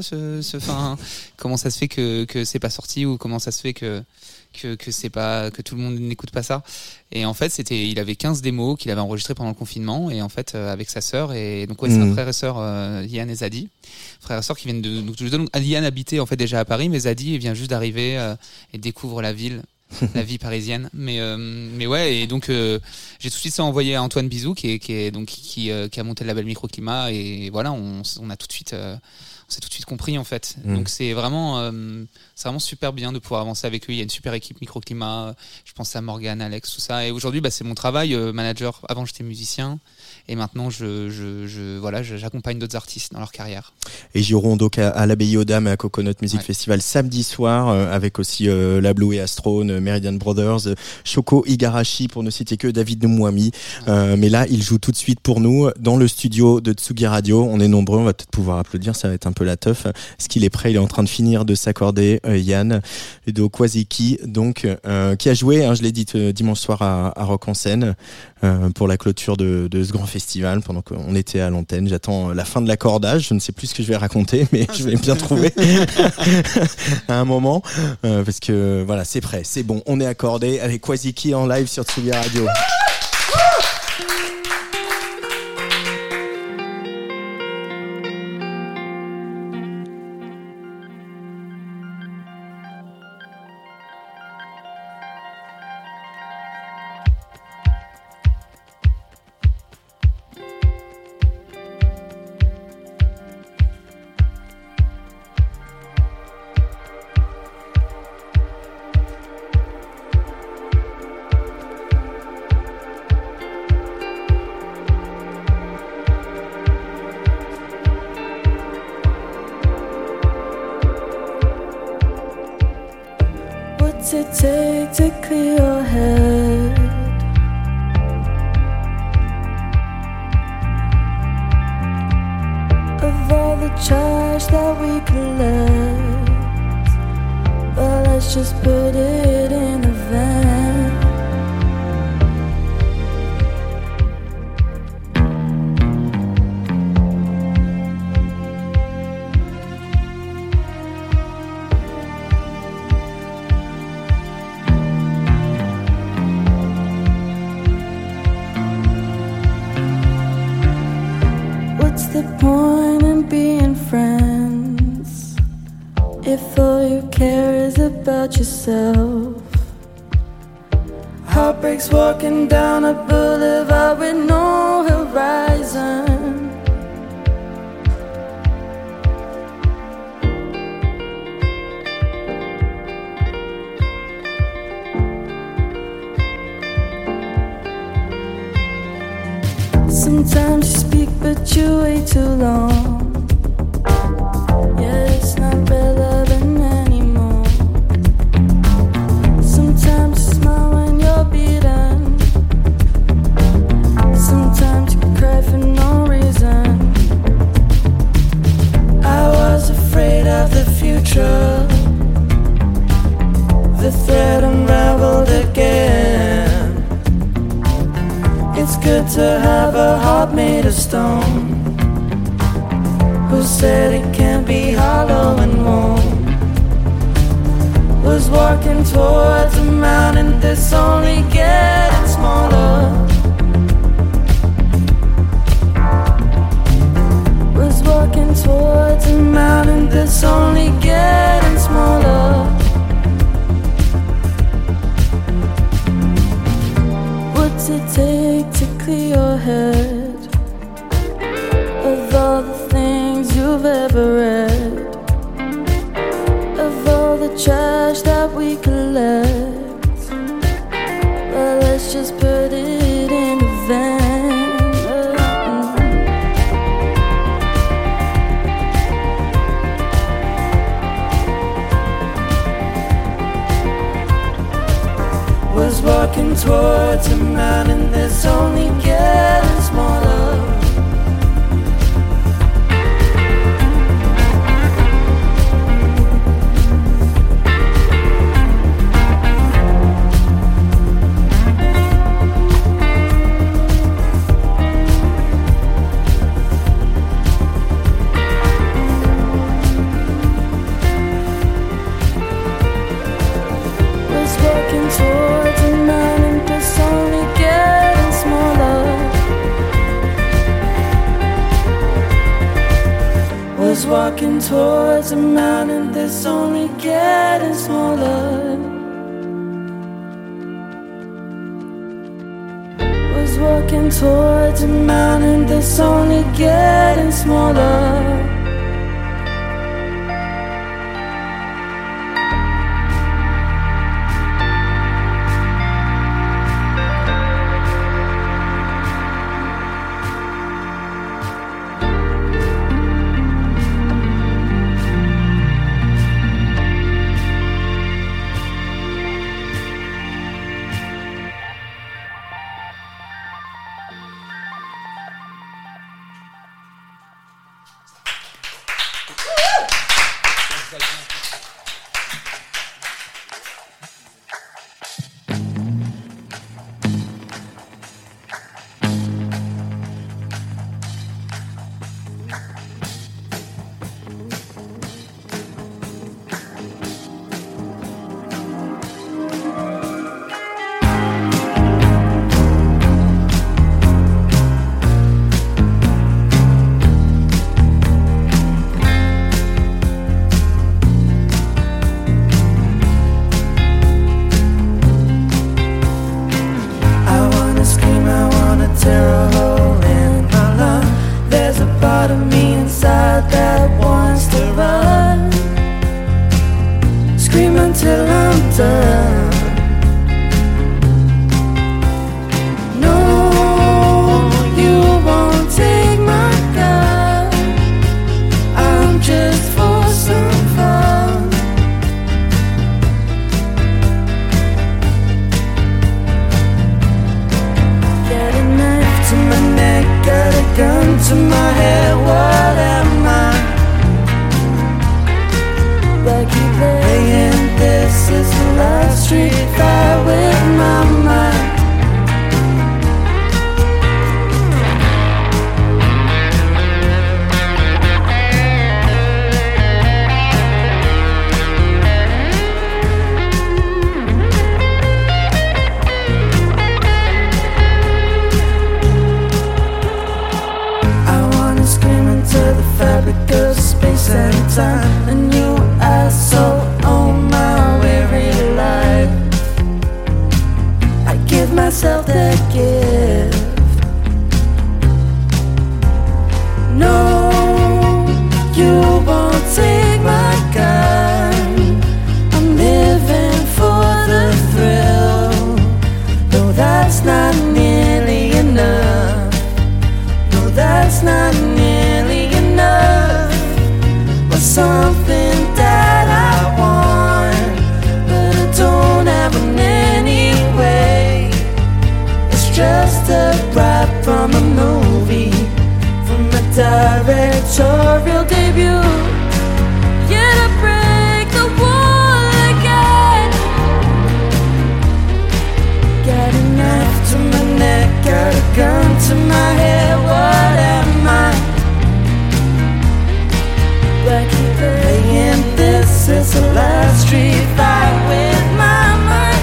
comment ça se fait que c'est pas sorti, ou comment ça se fait que c'est pas, que tout le monde n'écoute pas ça. Et en fait il avait 15 démos qu'il avait enregistrées pendant le confinement, et en fait avec sa sœur, et donc c'est un frère et sœur, Yann et Zadi, frère et sœur qui viennent donc Yann habitait en fait déjà à Paris, mais Zadi vient juste d'arriver et découvre la ville. La vie parisienne, mais ouais, et donc j'ai tout de suite envoyé à Antoine Bizou qui a monté le label Microclimat, et voilà, on a tout de suite on s'est tout de suite compris en fait. Donc c'est vraiment super bien de pouvoir avancer avec eux. Il y a une super équipe Microclimat, je pense à Morgane, Alex, tout ça, et aujourd'hui c'est mon travail, manager. Avant j'étais musicien, et maintenant j'accompagne d'autres artistes dans leur carrière. Et ils joueront donc à l'Abbaye aux Dames et à Coconut Music Festival samedi soir, avec aussi La Blue et Astrone, Meridian Brothers, Shoko Igarashi, pour ne citer que David Noumouami. Mais là, il joue tout de suite pour nous dans le studio de Tsugi Radio. On est nombreux, on va peut-être pouvoir applaudir, ça va être un peu la teuf. Est-ce qu'il est prêt? Il est en train de finir de s'accorder, Yann, de Kwasiki, donc, qui a joué, je l'ai dit, dimanche soir à Rock en Seine, pour la clôture de ce grand festival, pendant qu'on était à l'antenne. J'attends la fin de l'accordage, je ne sais plus ce que je vais raconter, mais je vais bien trouver à un moment, parce que voilà, c'est prêt, c'est bon, on est accordé. Allez, Kwasiki en live sur Tsugi Radio. What's it take to clear your head? Of all the trash that we collect, well, let's just put it in a van. What's the point in being friends if all you care is about yourself? Heartbreaks walking down a boulevard with no horizon. Sometimes you speak but you wait too long. Yeah, it's not relevant anymore. Sometimes you smile when you're beaten. Sometimes you cry for no reason. I was afraid of the future. The thread unraveled again. It's good to have a heart made of stone. Who said it can't be hollow and warm? Was walking towards a mountain that's only getting smaller. Was walking towards a mountain that's only getting smaller. trash that we collect. Well, let's just put it in the van. Was walking towards a mountain that's only getting smaller. Walking towards a mountain that's only getting smaller. Was walking towards a mountain that's only getting smaller. Directorial debut. Yet I break the wall again. Got a knife to my neck, got a gun to my head. What am I? Why keep playing this? It's the last street fight with my mind.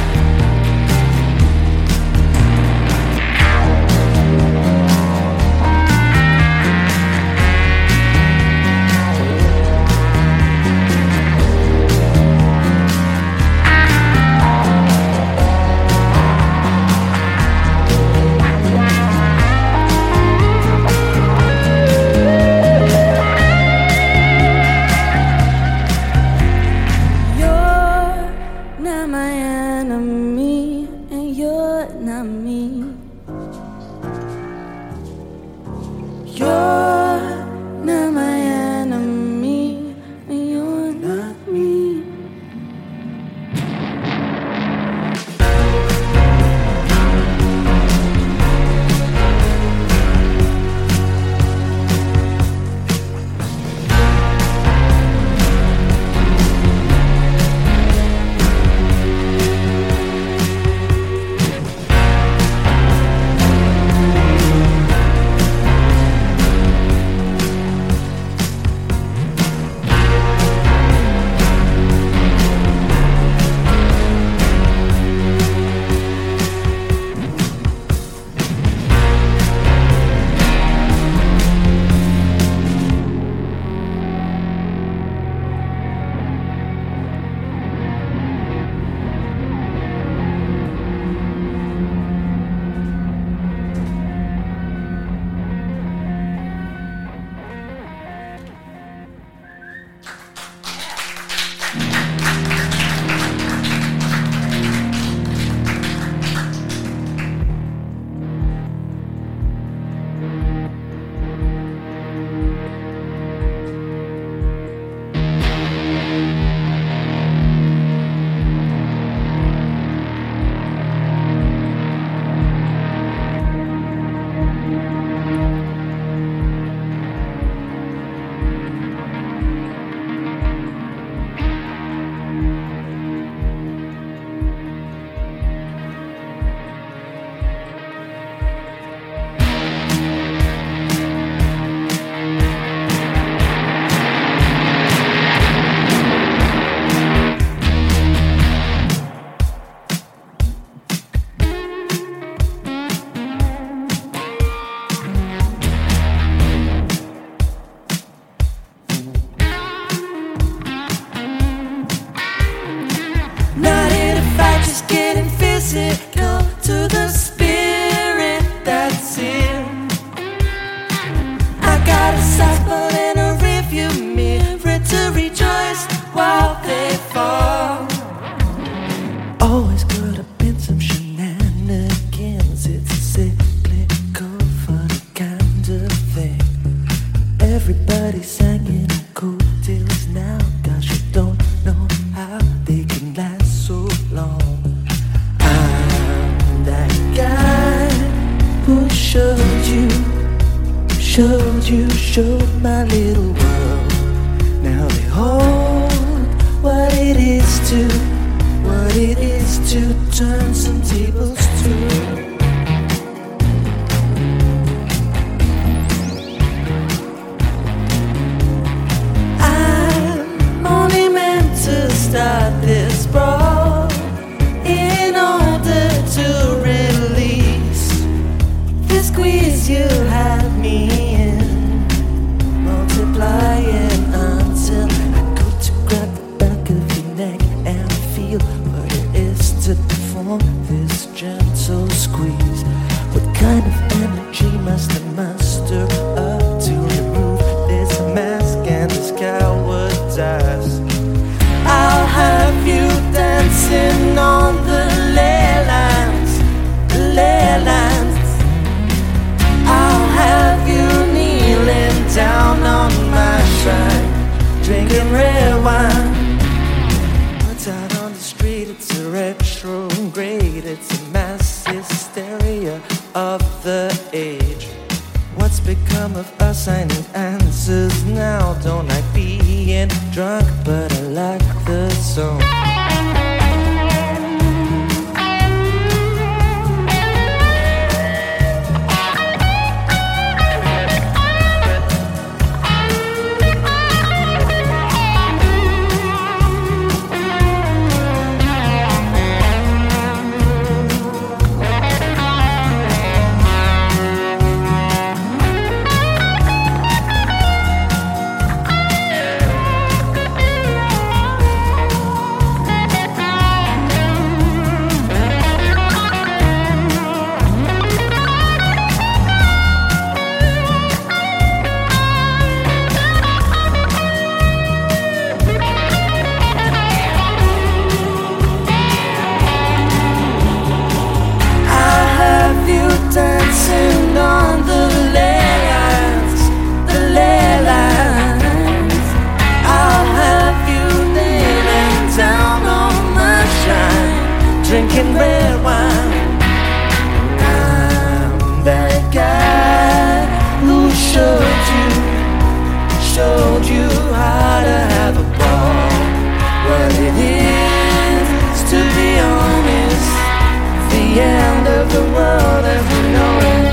You're critical to the spirit that's in. I got a cycle and a rearview mirror to rejoice while they fall. Always could have been some shenanigans. It's a cyclical, funny kind of thing. Everybody's hanging on cool deals now. Gosh, you don't know how they can last so long. I'm that guy who showed my little world. Now behold what it is to turn some tables too. I'm only meant to start this brawl in order to release the squeeze you had me in, multiplying until I go to grab the back of your neck and feel what it is to perform this gentle squeeze. What kind of energy must I muster up to remove this mask and this cowardice? I'll have you dancing on the ley lines, the ley lines. I'll have you kneeling down on my shrine, drinking red wine. What's out on the street? It's a retrograde. It's a mass hysteria of the age. What's become of us? I need answers now. Don't like being drunk, but I like the song. Dancing on the ley lines, the ley lines. I'll have you kneeling down on my shrine, drinking red wine. I'm that guy who showed you how to have a ball. What it is to be honest, the end of the world as we know it.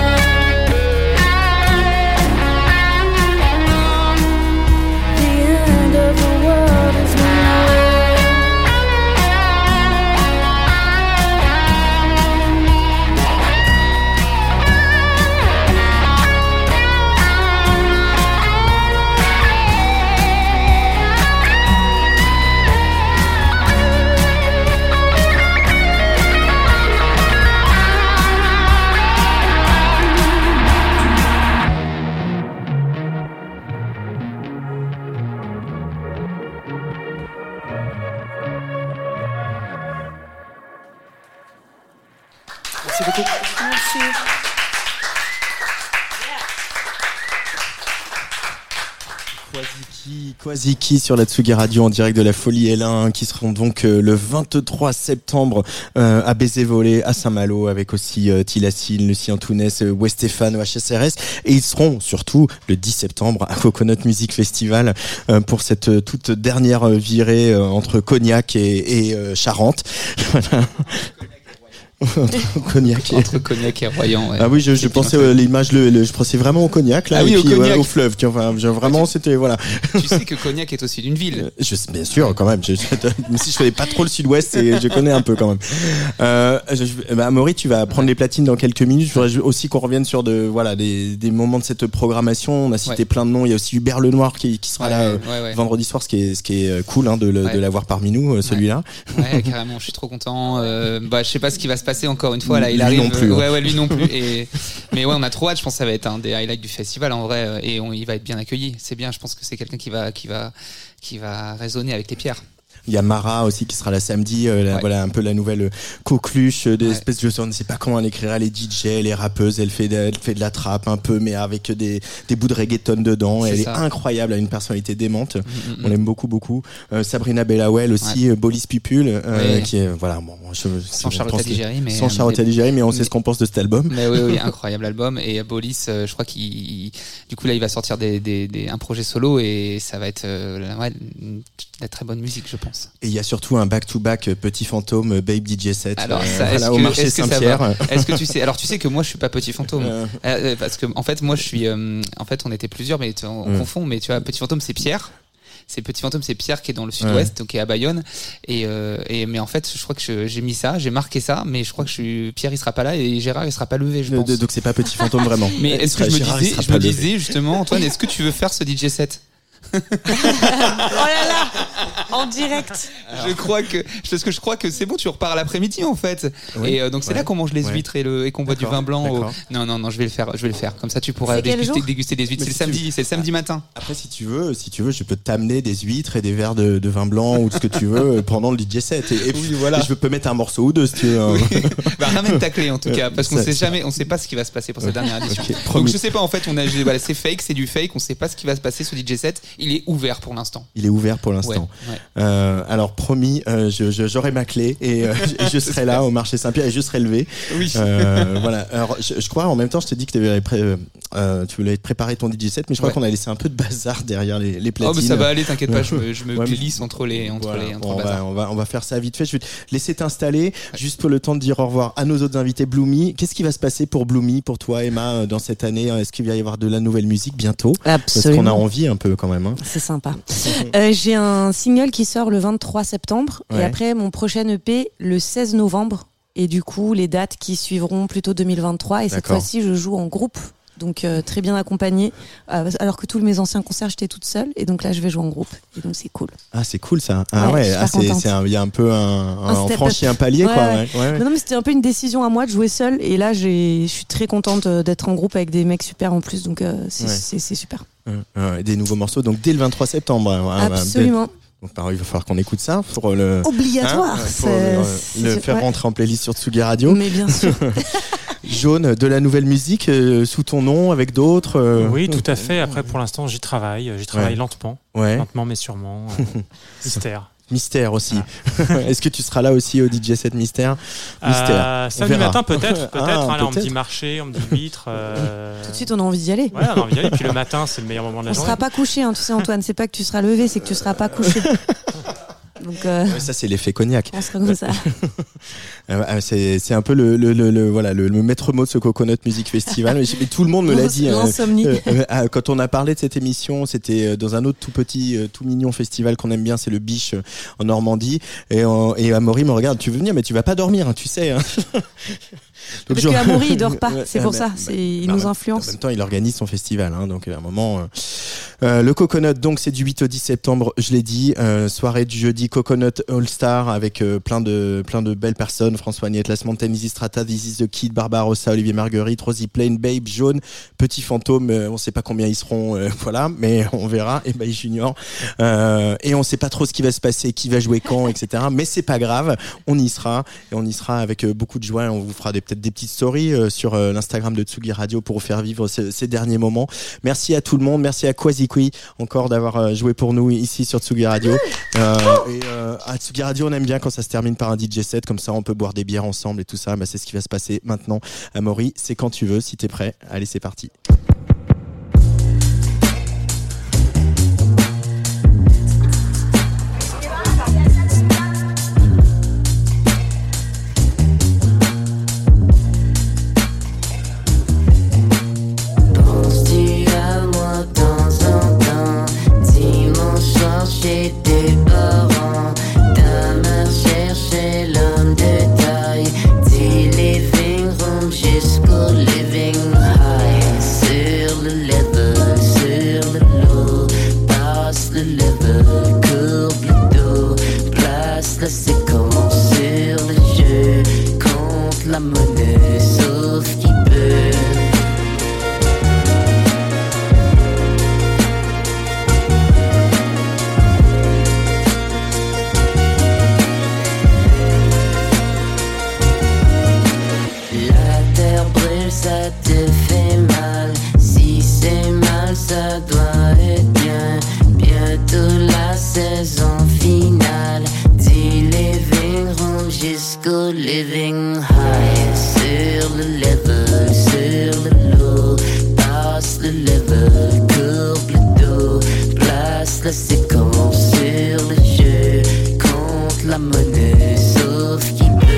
The end of the world as we know it. Merci beaucoup. Merci. Kwasiki sur la Tsugi Radio en direct de la Folie L1 qui seront donc le 23 septembre à Baiser-Volé à Saint-Malo avec aussi Tilassine, Lucie Antounès, Westéphane au HSRS et ils seront surtout le 10 septembre à Coconut Music Festival pour cette toute dernière virée entre Cognac et Charente. Voilà. Entre Cognac et Royan. Ouais. Ah oui, je pensais l'image, je pensais vraiment au Cognac là, ah oui, et puis au fleuve. Tu vois, vraiment, c'était voilà. Tu sais que Cognac est aussi d'une ville. Bien sûr, quand même. Même si je connais pas trop le Sud-Ouest, je connais un peu quand même. Amaury, tu vas prendre les platines dans quelques minutes. Je voudrais aussi qu'on revienne sur des moments de cette programmation. On a cité plein de noms. Il y a aussi Hubert Lenoir qui sera là vendredi soir, ce qui est cool de l'avoir parmi nous, celui-là. Ouais, carrément. Je suis trop content. Je sais pas ce qui va se passer encore une fois là. Il Lui arrive. non plus, hein. Ouais, lui non plus. Mais ouais, on a trop hâte. Je pense que ça va être un des highlights du festival en vrai, et il va être bien accueilli. C'est bien. Je pense que c'est quelqu'un qui va résonner avec les pierres. Il y a Mara aussi qui sera là samedi, voilà un peu la nouvelle coqueluche des espèces de, on ne sait pas comment elle écrira, les DJ, les rappeuses, elle fait de la trappe un peu, mais avec des bouts de reggaeton dedans. C'est elle ça. est incroyable, elle a une personnalité démente. On l'aime beaucoup. Sabrina Bellawell aussi, Bolis People, qui est voilà. Bon, Sans Charlotte Adigéry, mais sans Charlotte Adigéry, mais on sait ce qu'on pense de cet album. Mais oui, incroyable album. Et Bolis, je crois du coup là, il va sortir un projet solo et ça va être de la très bonne musique, je pense. Et il y a surtout un back-to-back Petit Fantôme Babe DJ set. Alors ça, voilà, au marché Saint-Pierre. Est-ce que tu sais? Alors tu sais que moi je suis pas Petit Fantôme parce que en fait moi je suis en fait on était plusieurs mais on confond, mais tu vois Petit Fantôme c'est Pierre. C'est Petit Fantôme, c'est Pierre qui est dans le sud-ouest, donc qui est à Bayonne. Mais en fait, je crois que j'ai mis ça, j'ai marqué ça, mais je crois que Pierre il sera pas là et Gérard il sera pas levé, je pense. Donc c'est pas Petit Fantôme vraiment. Mais est-ce que je me disais justement, Antoine, est-ce que tu veux faire ce DJ set? Oh là là, en direct. Je crois que c'est bon, tu repars l'après-midi en fait. Oui. Et donc c'est là qu'on mange les huîtres et qu'on boit du vin blanc. Non, je vais le faire. Comme ça tu pourras déguster des huîtres. C'est le samedi matin. Après si tu veux, je peux t'amener des huîtres et des verres de vin blanc ou ce que tu veux pendant le DJ set. Et puis voilà. Je peux mettre un morceau ou deux si tu veux. Oui. Bah, ramène ta clé en tout cas, parce qu'on sait pas ce qui va se passer pour cette dernière édition. Okay, donc je sais pas en fait, c'est fake, c'est du fake, on sait pas ce qui va se passer sur DJ set. Il est ouvert pour l'instant. Ouais. Alors promis, j'aurai ma clé et je serai là au marché Saint-Pierre et je serai levé. Oui. Voilà. Alors je crois en même temps, je t'ai dit que tu voulais préparer ton DJ set, mais je crois qu'on a laissé un peu de bazar derrière les platines. Oh mais ça va aller, t'inquiète pas, je me glisse entre les bazars. On va faire ça vite fait. Je vais te laisser t'installer juste pour le temps de dire au revoir à nos autres invités Bloomy. Qu'est-ce qui va se passer pour Bloomy, pour toi Emma, dans cette année? Est-ce qu'il va y avoir de la nouvelle musique bientôt? Absolument. Parce qu'on a envie un peu quand même. C'est sympa. J'ai un single qui sort le 23 septembre et après mon prochain EP le 16 novembre. Et du coup, les dates qui suivront plutôt 2023. Et cette fois-ci, je joue en groupe. Donc très bien accompagnée, alors que tous mes anciens concerts j'étais toute seule, et donc là je vais jouer en groupe et donc c'est cool. Ah c'est cool ça. Il y a un peu on franchit un palier quoi. Non mais c'était un peu une décision à moi de jouer seule, et là je suis très contente d'être en groupe avec des mecs super en plus, donc c'est super. Des nouveaux morceaux donc dès le 23 septembre. Absolument. Donc, il va falloir qu'on écoute ça pour le obligatoire pour le faire rentrer en playlist sur Tsugi Radio. Mais bien sûr. Jaune, de la nouvelle musique sous ton nom avec d'autres. Oui, tout à fait. Après, pour l'instant, j'y travaille lentement, lentement mais sûrement. Mystère aussi. Est-ce que tu seras là aussi au DJ set Mystère? Samedi matin peut-être. Là, on me dit marché, on me dit vitre. Tout de suite, on a envie d'y aller. Ouais, on a envie d'y aller. Puis le matin, c'est le meilleur moment de la journée. On sera pas couché, tu sais Antoine. C'est pas que tu seras levé, c'est que tu seras pas couché. Donc ça c'est l'effet cognac. On sera comme ça. C'est un peu le maître mot de ce Coconut Music Festival. Mais tout le monde me l'a dit. L'insomnie. Quand on a parlé de cette émission, c'était dans un autre tout petit, tout mignon festival qu'on aime bien, c'est le Biche en Normandie. Et Amaury me regarde, tu veux venir, mais tu vas pas dormir, tu sais. Parce qu'Amaury il dort pas, c'est pour ça. Il nous influence. En même temps, il organise son festival, donc à un moment. Le Coconut, donc c'est du 8 au 10 septembre, je l'ai dit. Soirée du jeudi Coconut All Star avec plein de belles personnes. François Niette, Las Mountain, Easy Strata, This is the Kid, Barbarossa, Olivier Marguerite, Rosie Plain, Babe, Jaune, Petit Fantôme. On sait pas combien ils seront, voilà, mais on verra. Et Babe Junior. Et on sait pas trop ce qui va se passer, qui va jouer quand, etc. Mais c'est pas grave, on y sera. Et on y sera avec beaucoup de joie. Et on vous fera peut-être des petites stories sur l'Instagram de Tsugi Radio pour vous faire vivre ces derniers moments. Merci à tout le monde. Merci à Kwazikwi encore d'avoir joué pour nous ici sur Tsugi Radio. À Tsugi Radio, on aime bien quand ça se termine par un DJ set, comme ça on peut boire des bières ensemble et tout ça. C'est ce qui va se passer maintenant. Amaury, c'est quand tu veux, si t'es prêt. Allez, c'est parti. Chez tes parents, ta mère cherchait l'homme de taille. Du living room jusqu'au living high. Sur le level, sur le lot, passe le level, courbe le dos, place la séquence sur le jeu, compte la monnaie, sauf qui peut. La terre brûle, ça te fait mal. Si c'est mal, ça doit être bien. Bientôt la saison finale. Du living room jusqu'au living high. Sur le level, sur le low. Passe le level, courbe le dos. Place la séquence sur le jeu. Compte la monnaie, sauf qui peut.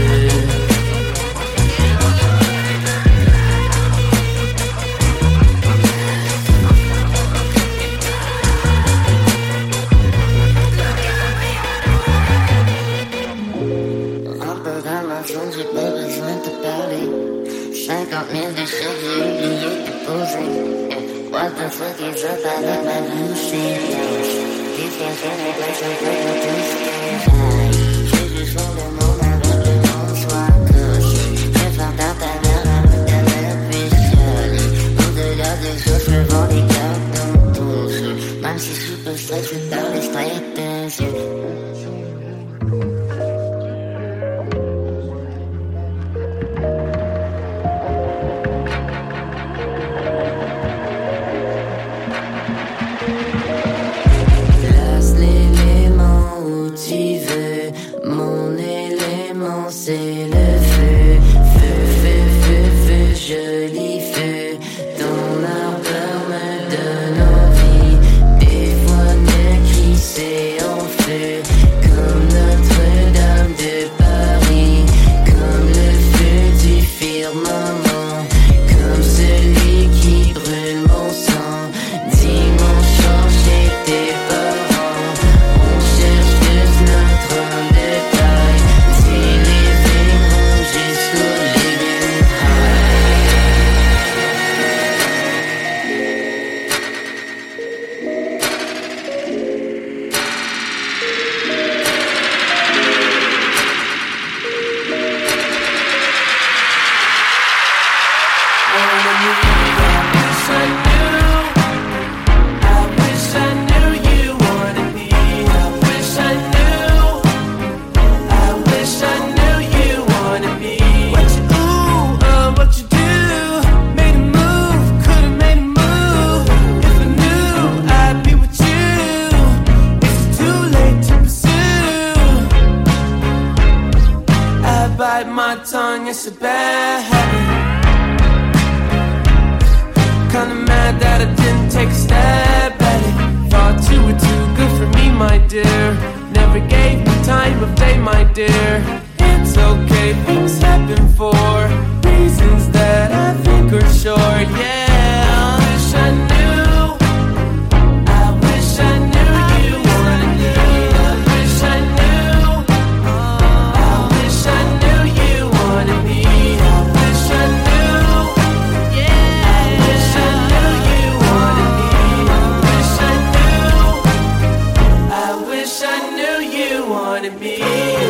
J'ai pas besoin de te parler. 50 000 de choses, j'ai oublié de poser. What the fuck is up avec ma bouche blanche? Discrétion des places, on peut tous se j'ai juste fond de monde avec le monde soit coche. Je ferme dans ta mère avec ta mère puis chiale. Au-delà des choses, je vends des cartes dans ton jeu. Même si je suis pas stress, je parle les straight des yeux. C'est le feu, feu, feu, feu, feu, joli feu. Ton ardeur me donne envie. Des fois ne crisser en feu. Comme Notre-Dame de Paris. Comme le feu du firmament. Comme celui qui brûle mon sang. Dimanche soir chez tes parents. On cherche juste notre homme de taille. It's a bad habit. Kinda mad that I didn't take a stab at it. Thought you were too good for me, my dear. Never gave me time of day, my dear. It's okay, things happen for reasons that I think are sure. Yeah, I wish I knew. I wish I knew you wanted me. I wish I knew. I wish I knew you wanted me. I wish I knew. Yeah, I wish I knew you wanted me. I wish I knew. I wish I knew you wanted me.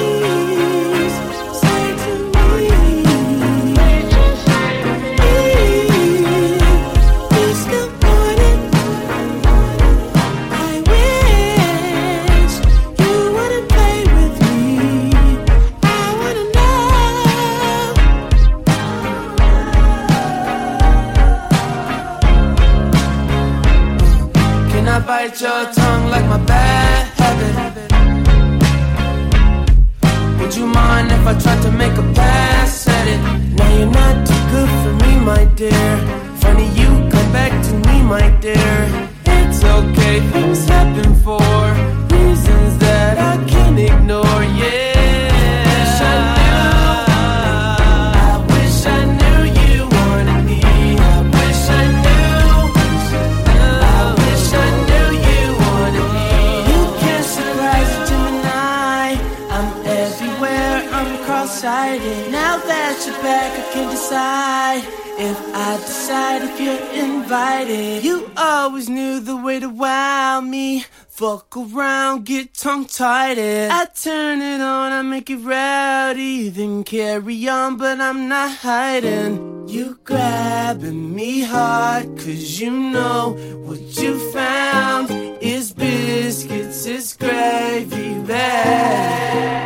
Say to me, you still want it. I wish you wanna play with me. I wanna know. Can I bite your tongue like my bad habit? Would you mind if I tried to make a pass at it? Now you're not too good for me, my dear. Funny you come back to me, my dear. It's okay, things happen for reasons that I can't ignore, yeah. I wish I knew you wanted me. I wish I knew. I wish I knew you wanted me. You can't surprise a Gemini. I'm everywhere, I'm cross-sighted. Now that got your back, I can decide if you're invited. You always knew the way to wow me. Fuck around, get tongue-tied. I turn it on, I make it rowdy. Then carry on, but I'm not hiding. You grabbing me hard, cause you know what you found is biscuits, it's gravy bag.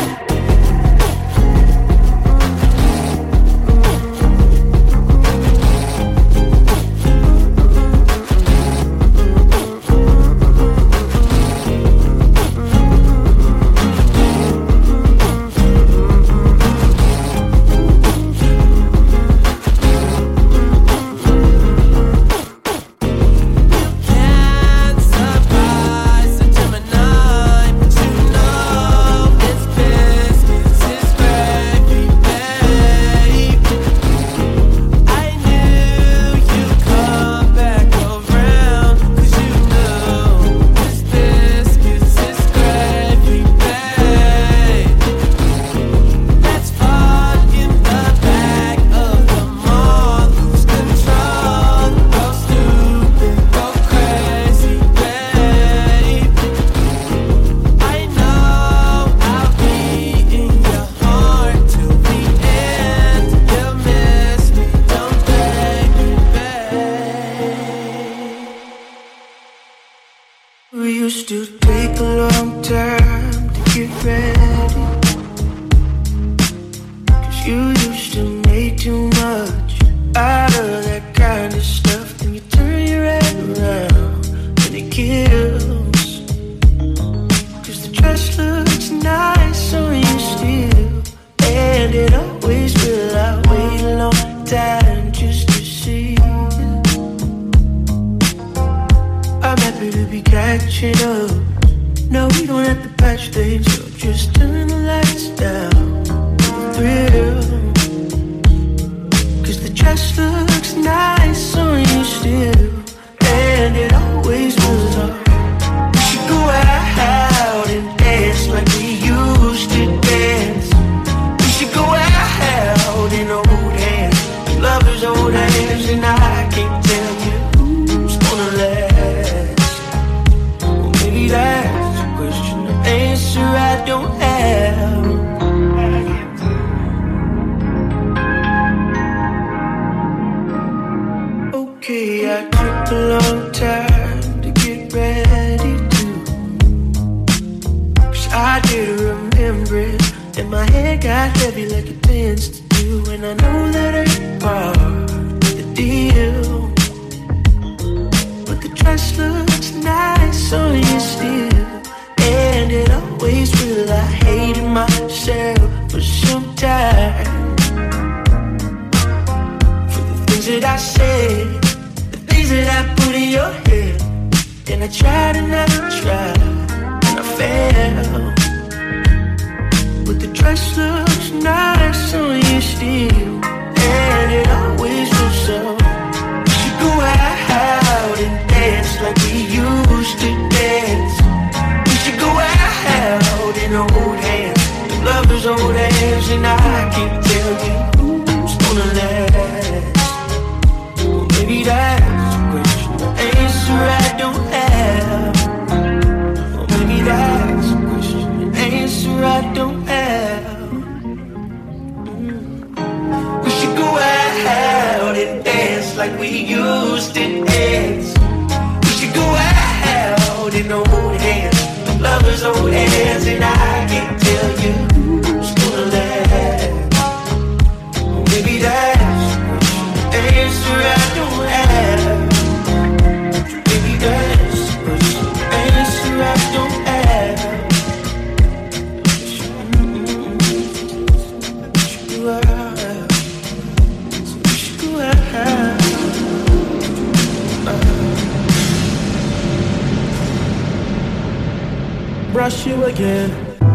Brush you again,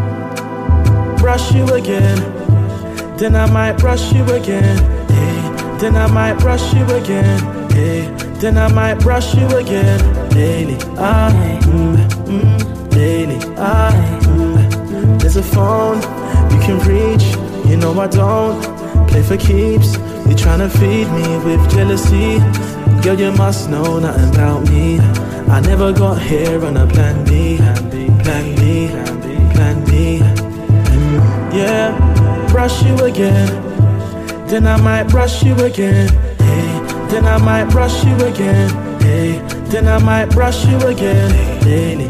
then I might brush you again, hey. Then I might brush you again, hey. Then I might brush you again, daily, daily, there's a phone you can reach, You know I don't play for keeps. You're trying to feed me with jealousy. Girl, you must know nothing about me. I never got here on a plan B. Plan B, plan B. Yeah, brush you again. Then I might brush you again. Hey, then I might brush you again. Hey, then I might brush you again. Lately,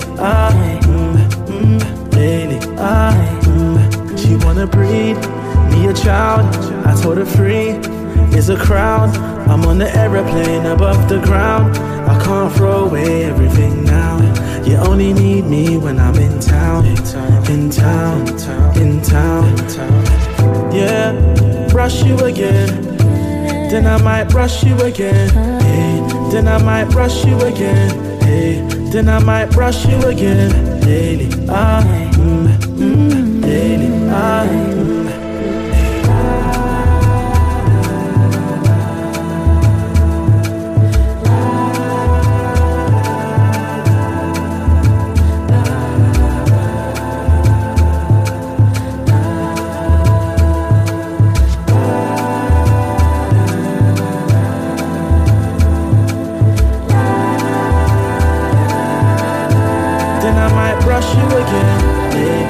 lately, she wanna breed me a child. I told her free is a crowd. I'm on the aeroplane above the ground. I can't throw away everything now. You only need me when I'm in town. In town, in town. Yeah, brush you again. Then I might brush you again. Hey, then I might brush you again. Hey, then I might brush you again. Daily, daily, brush you again, baby.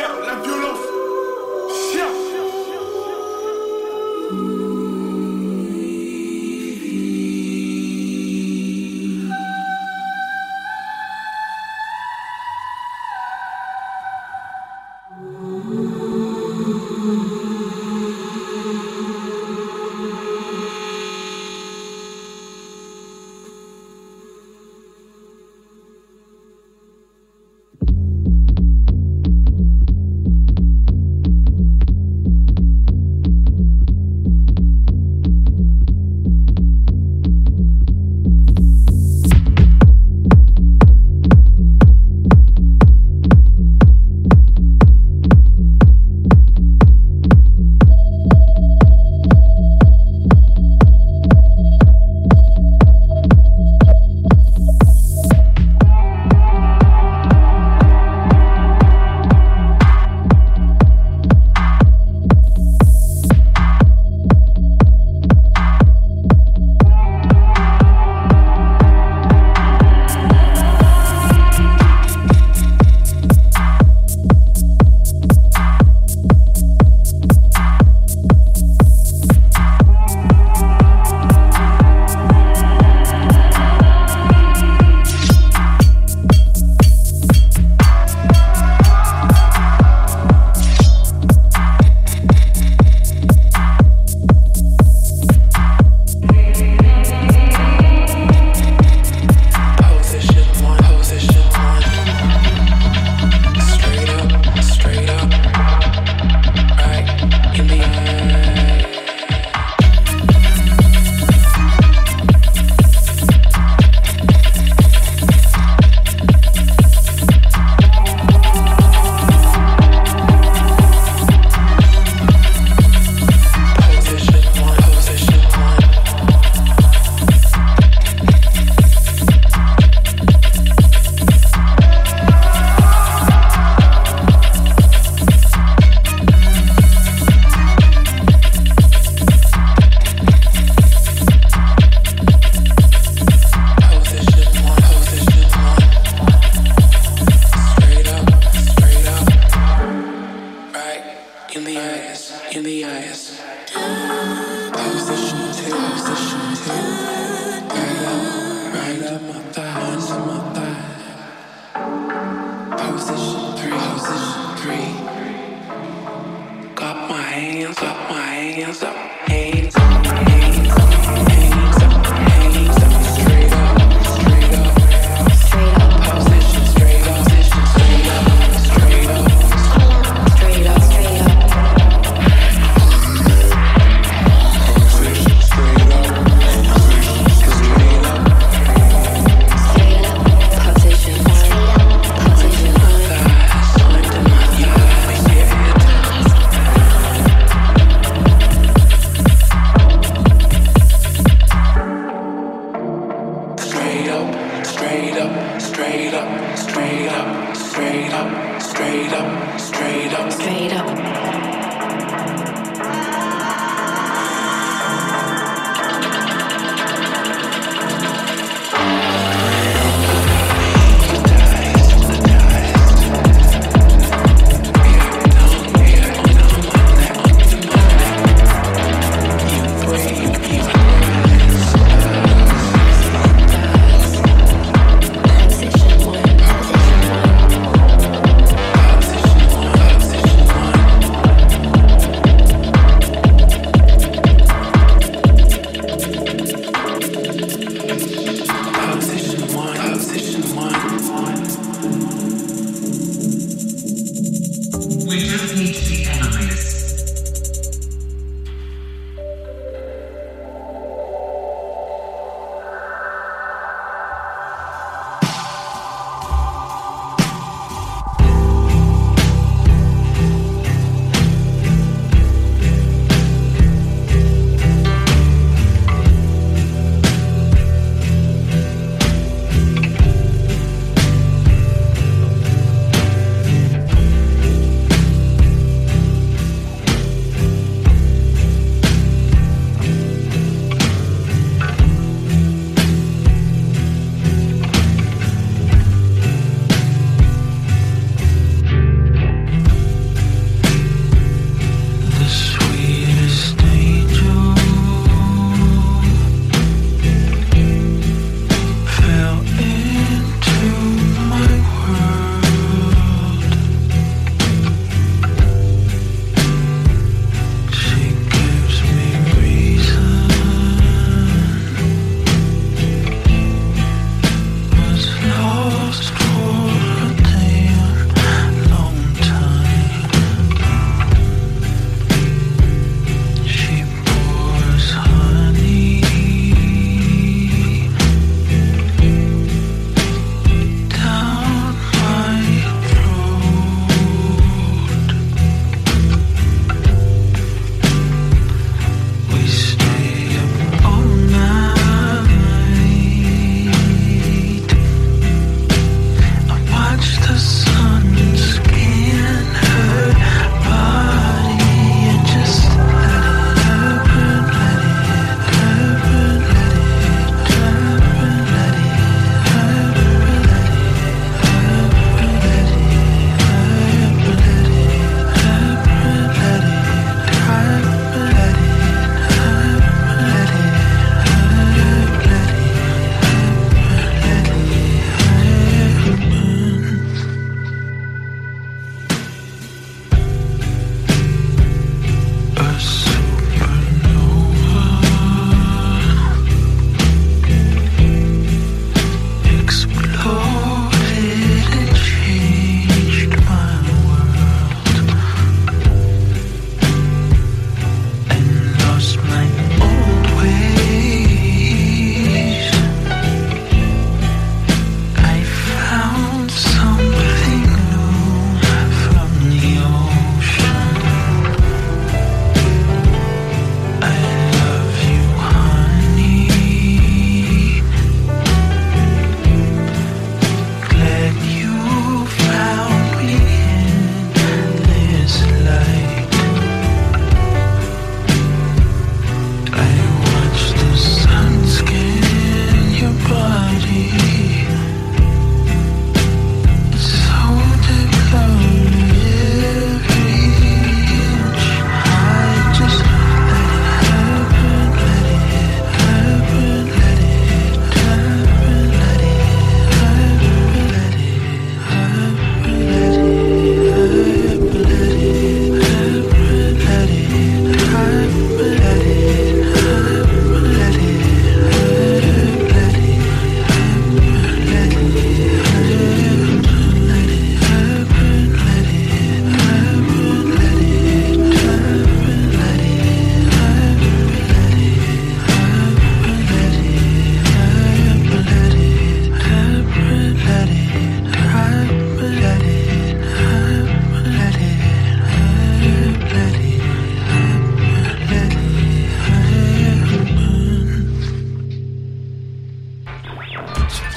la violence. Chien.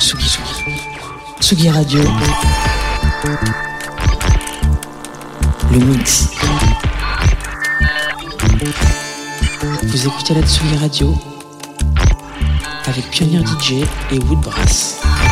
Tsugi Radio. Le mix. Vous écoutez la Tsugi Radio avec Pionnier DJ et Woodbrass.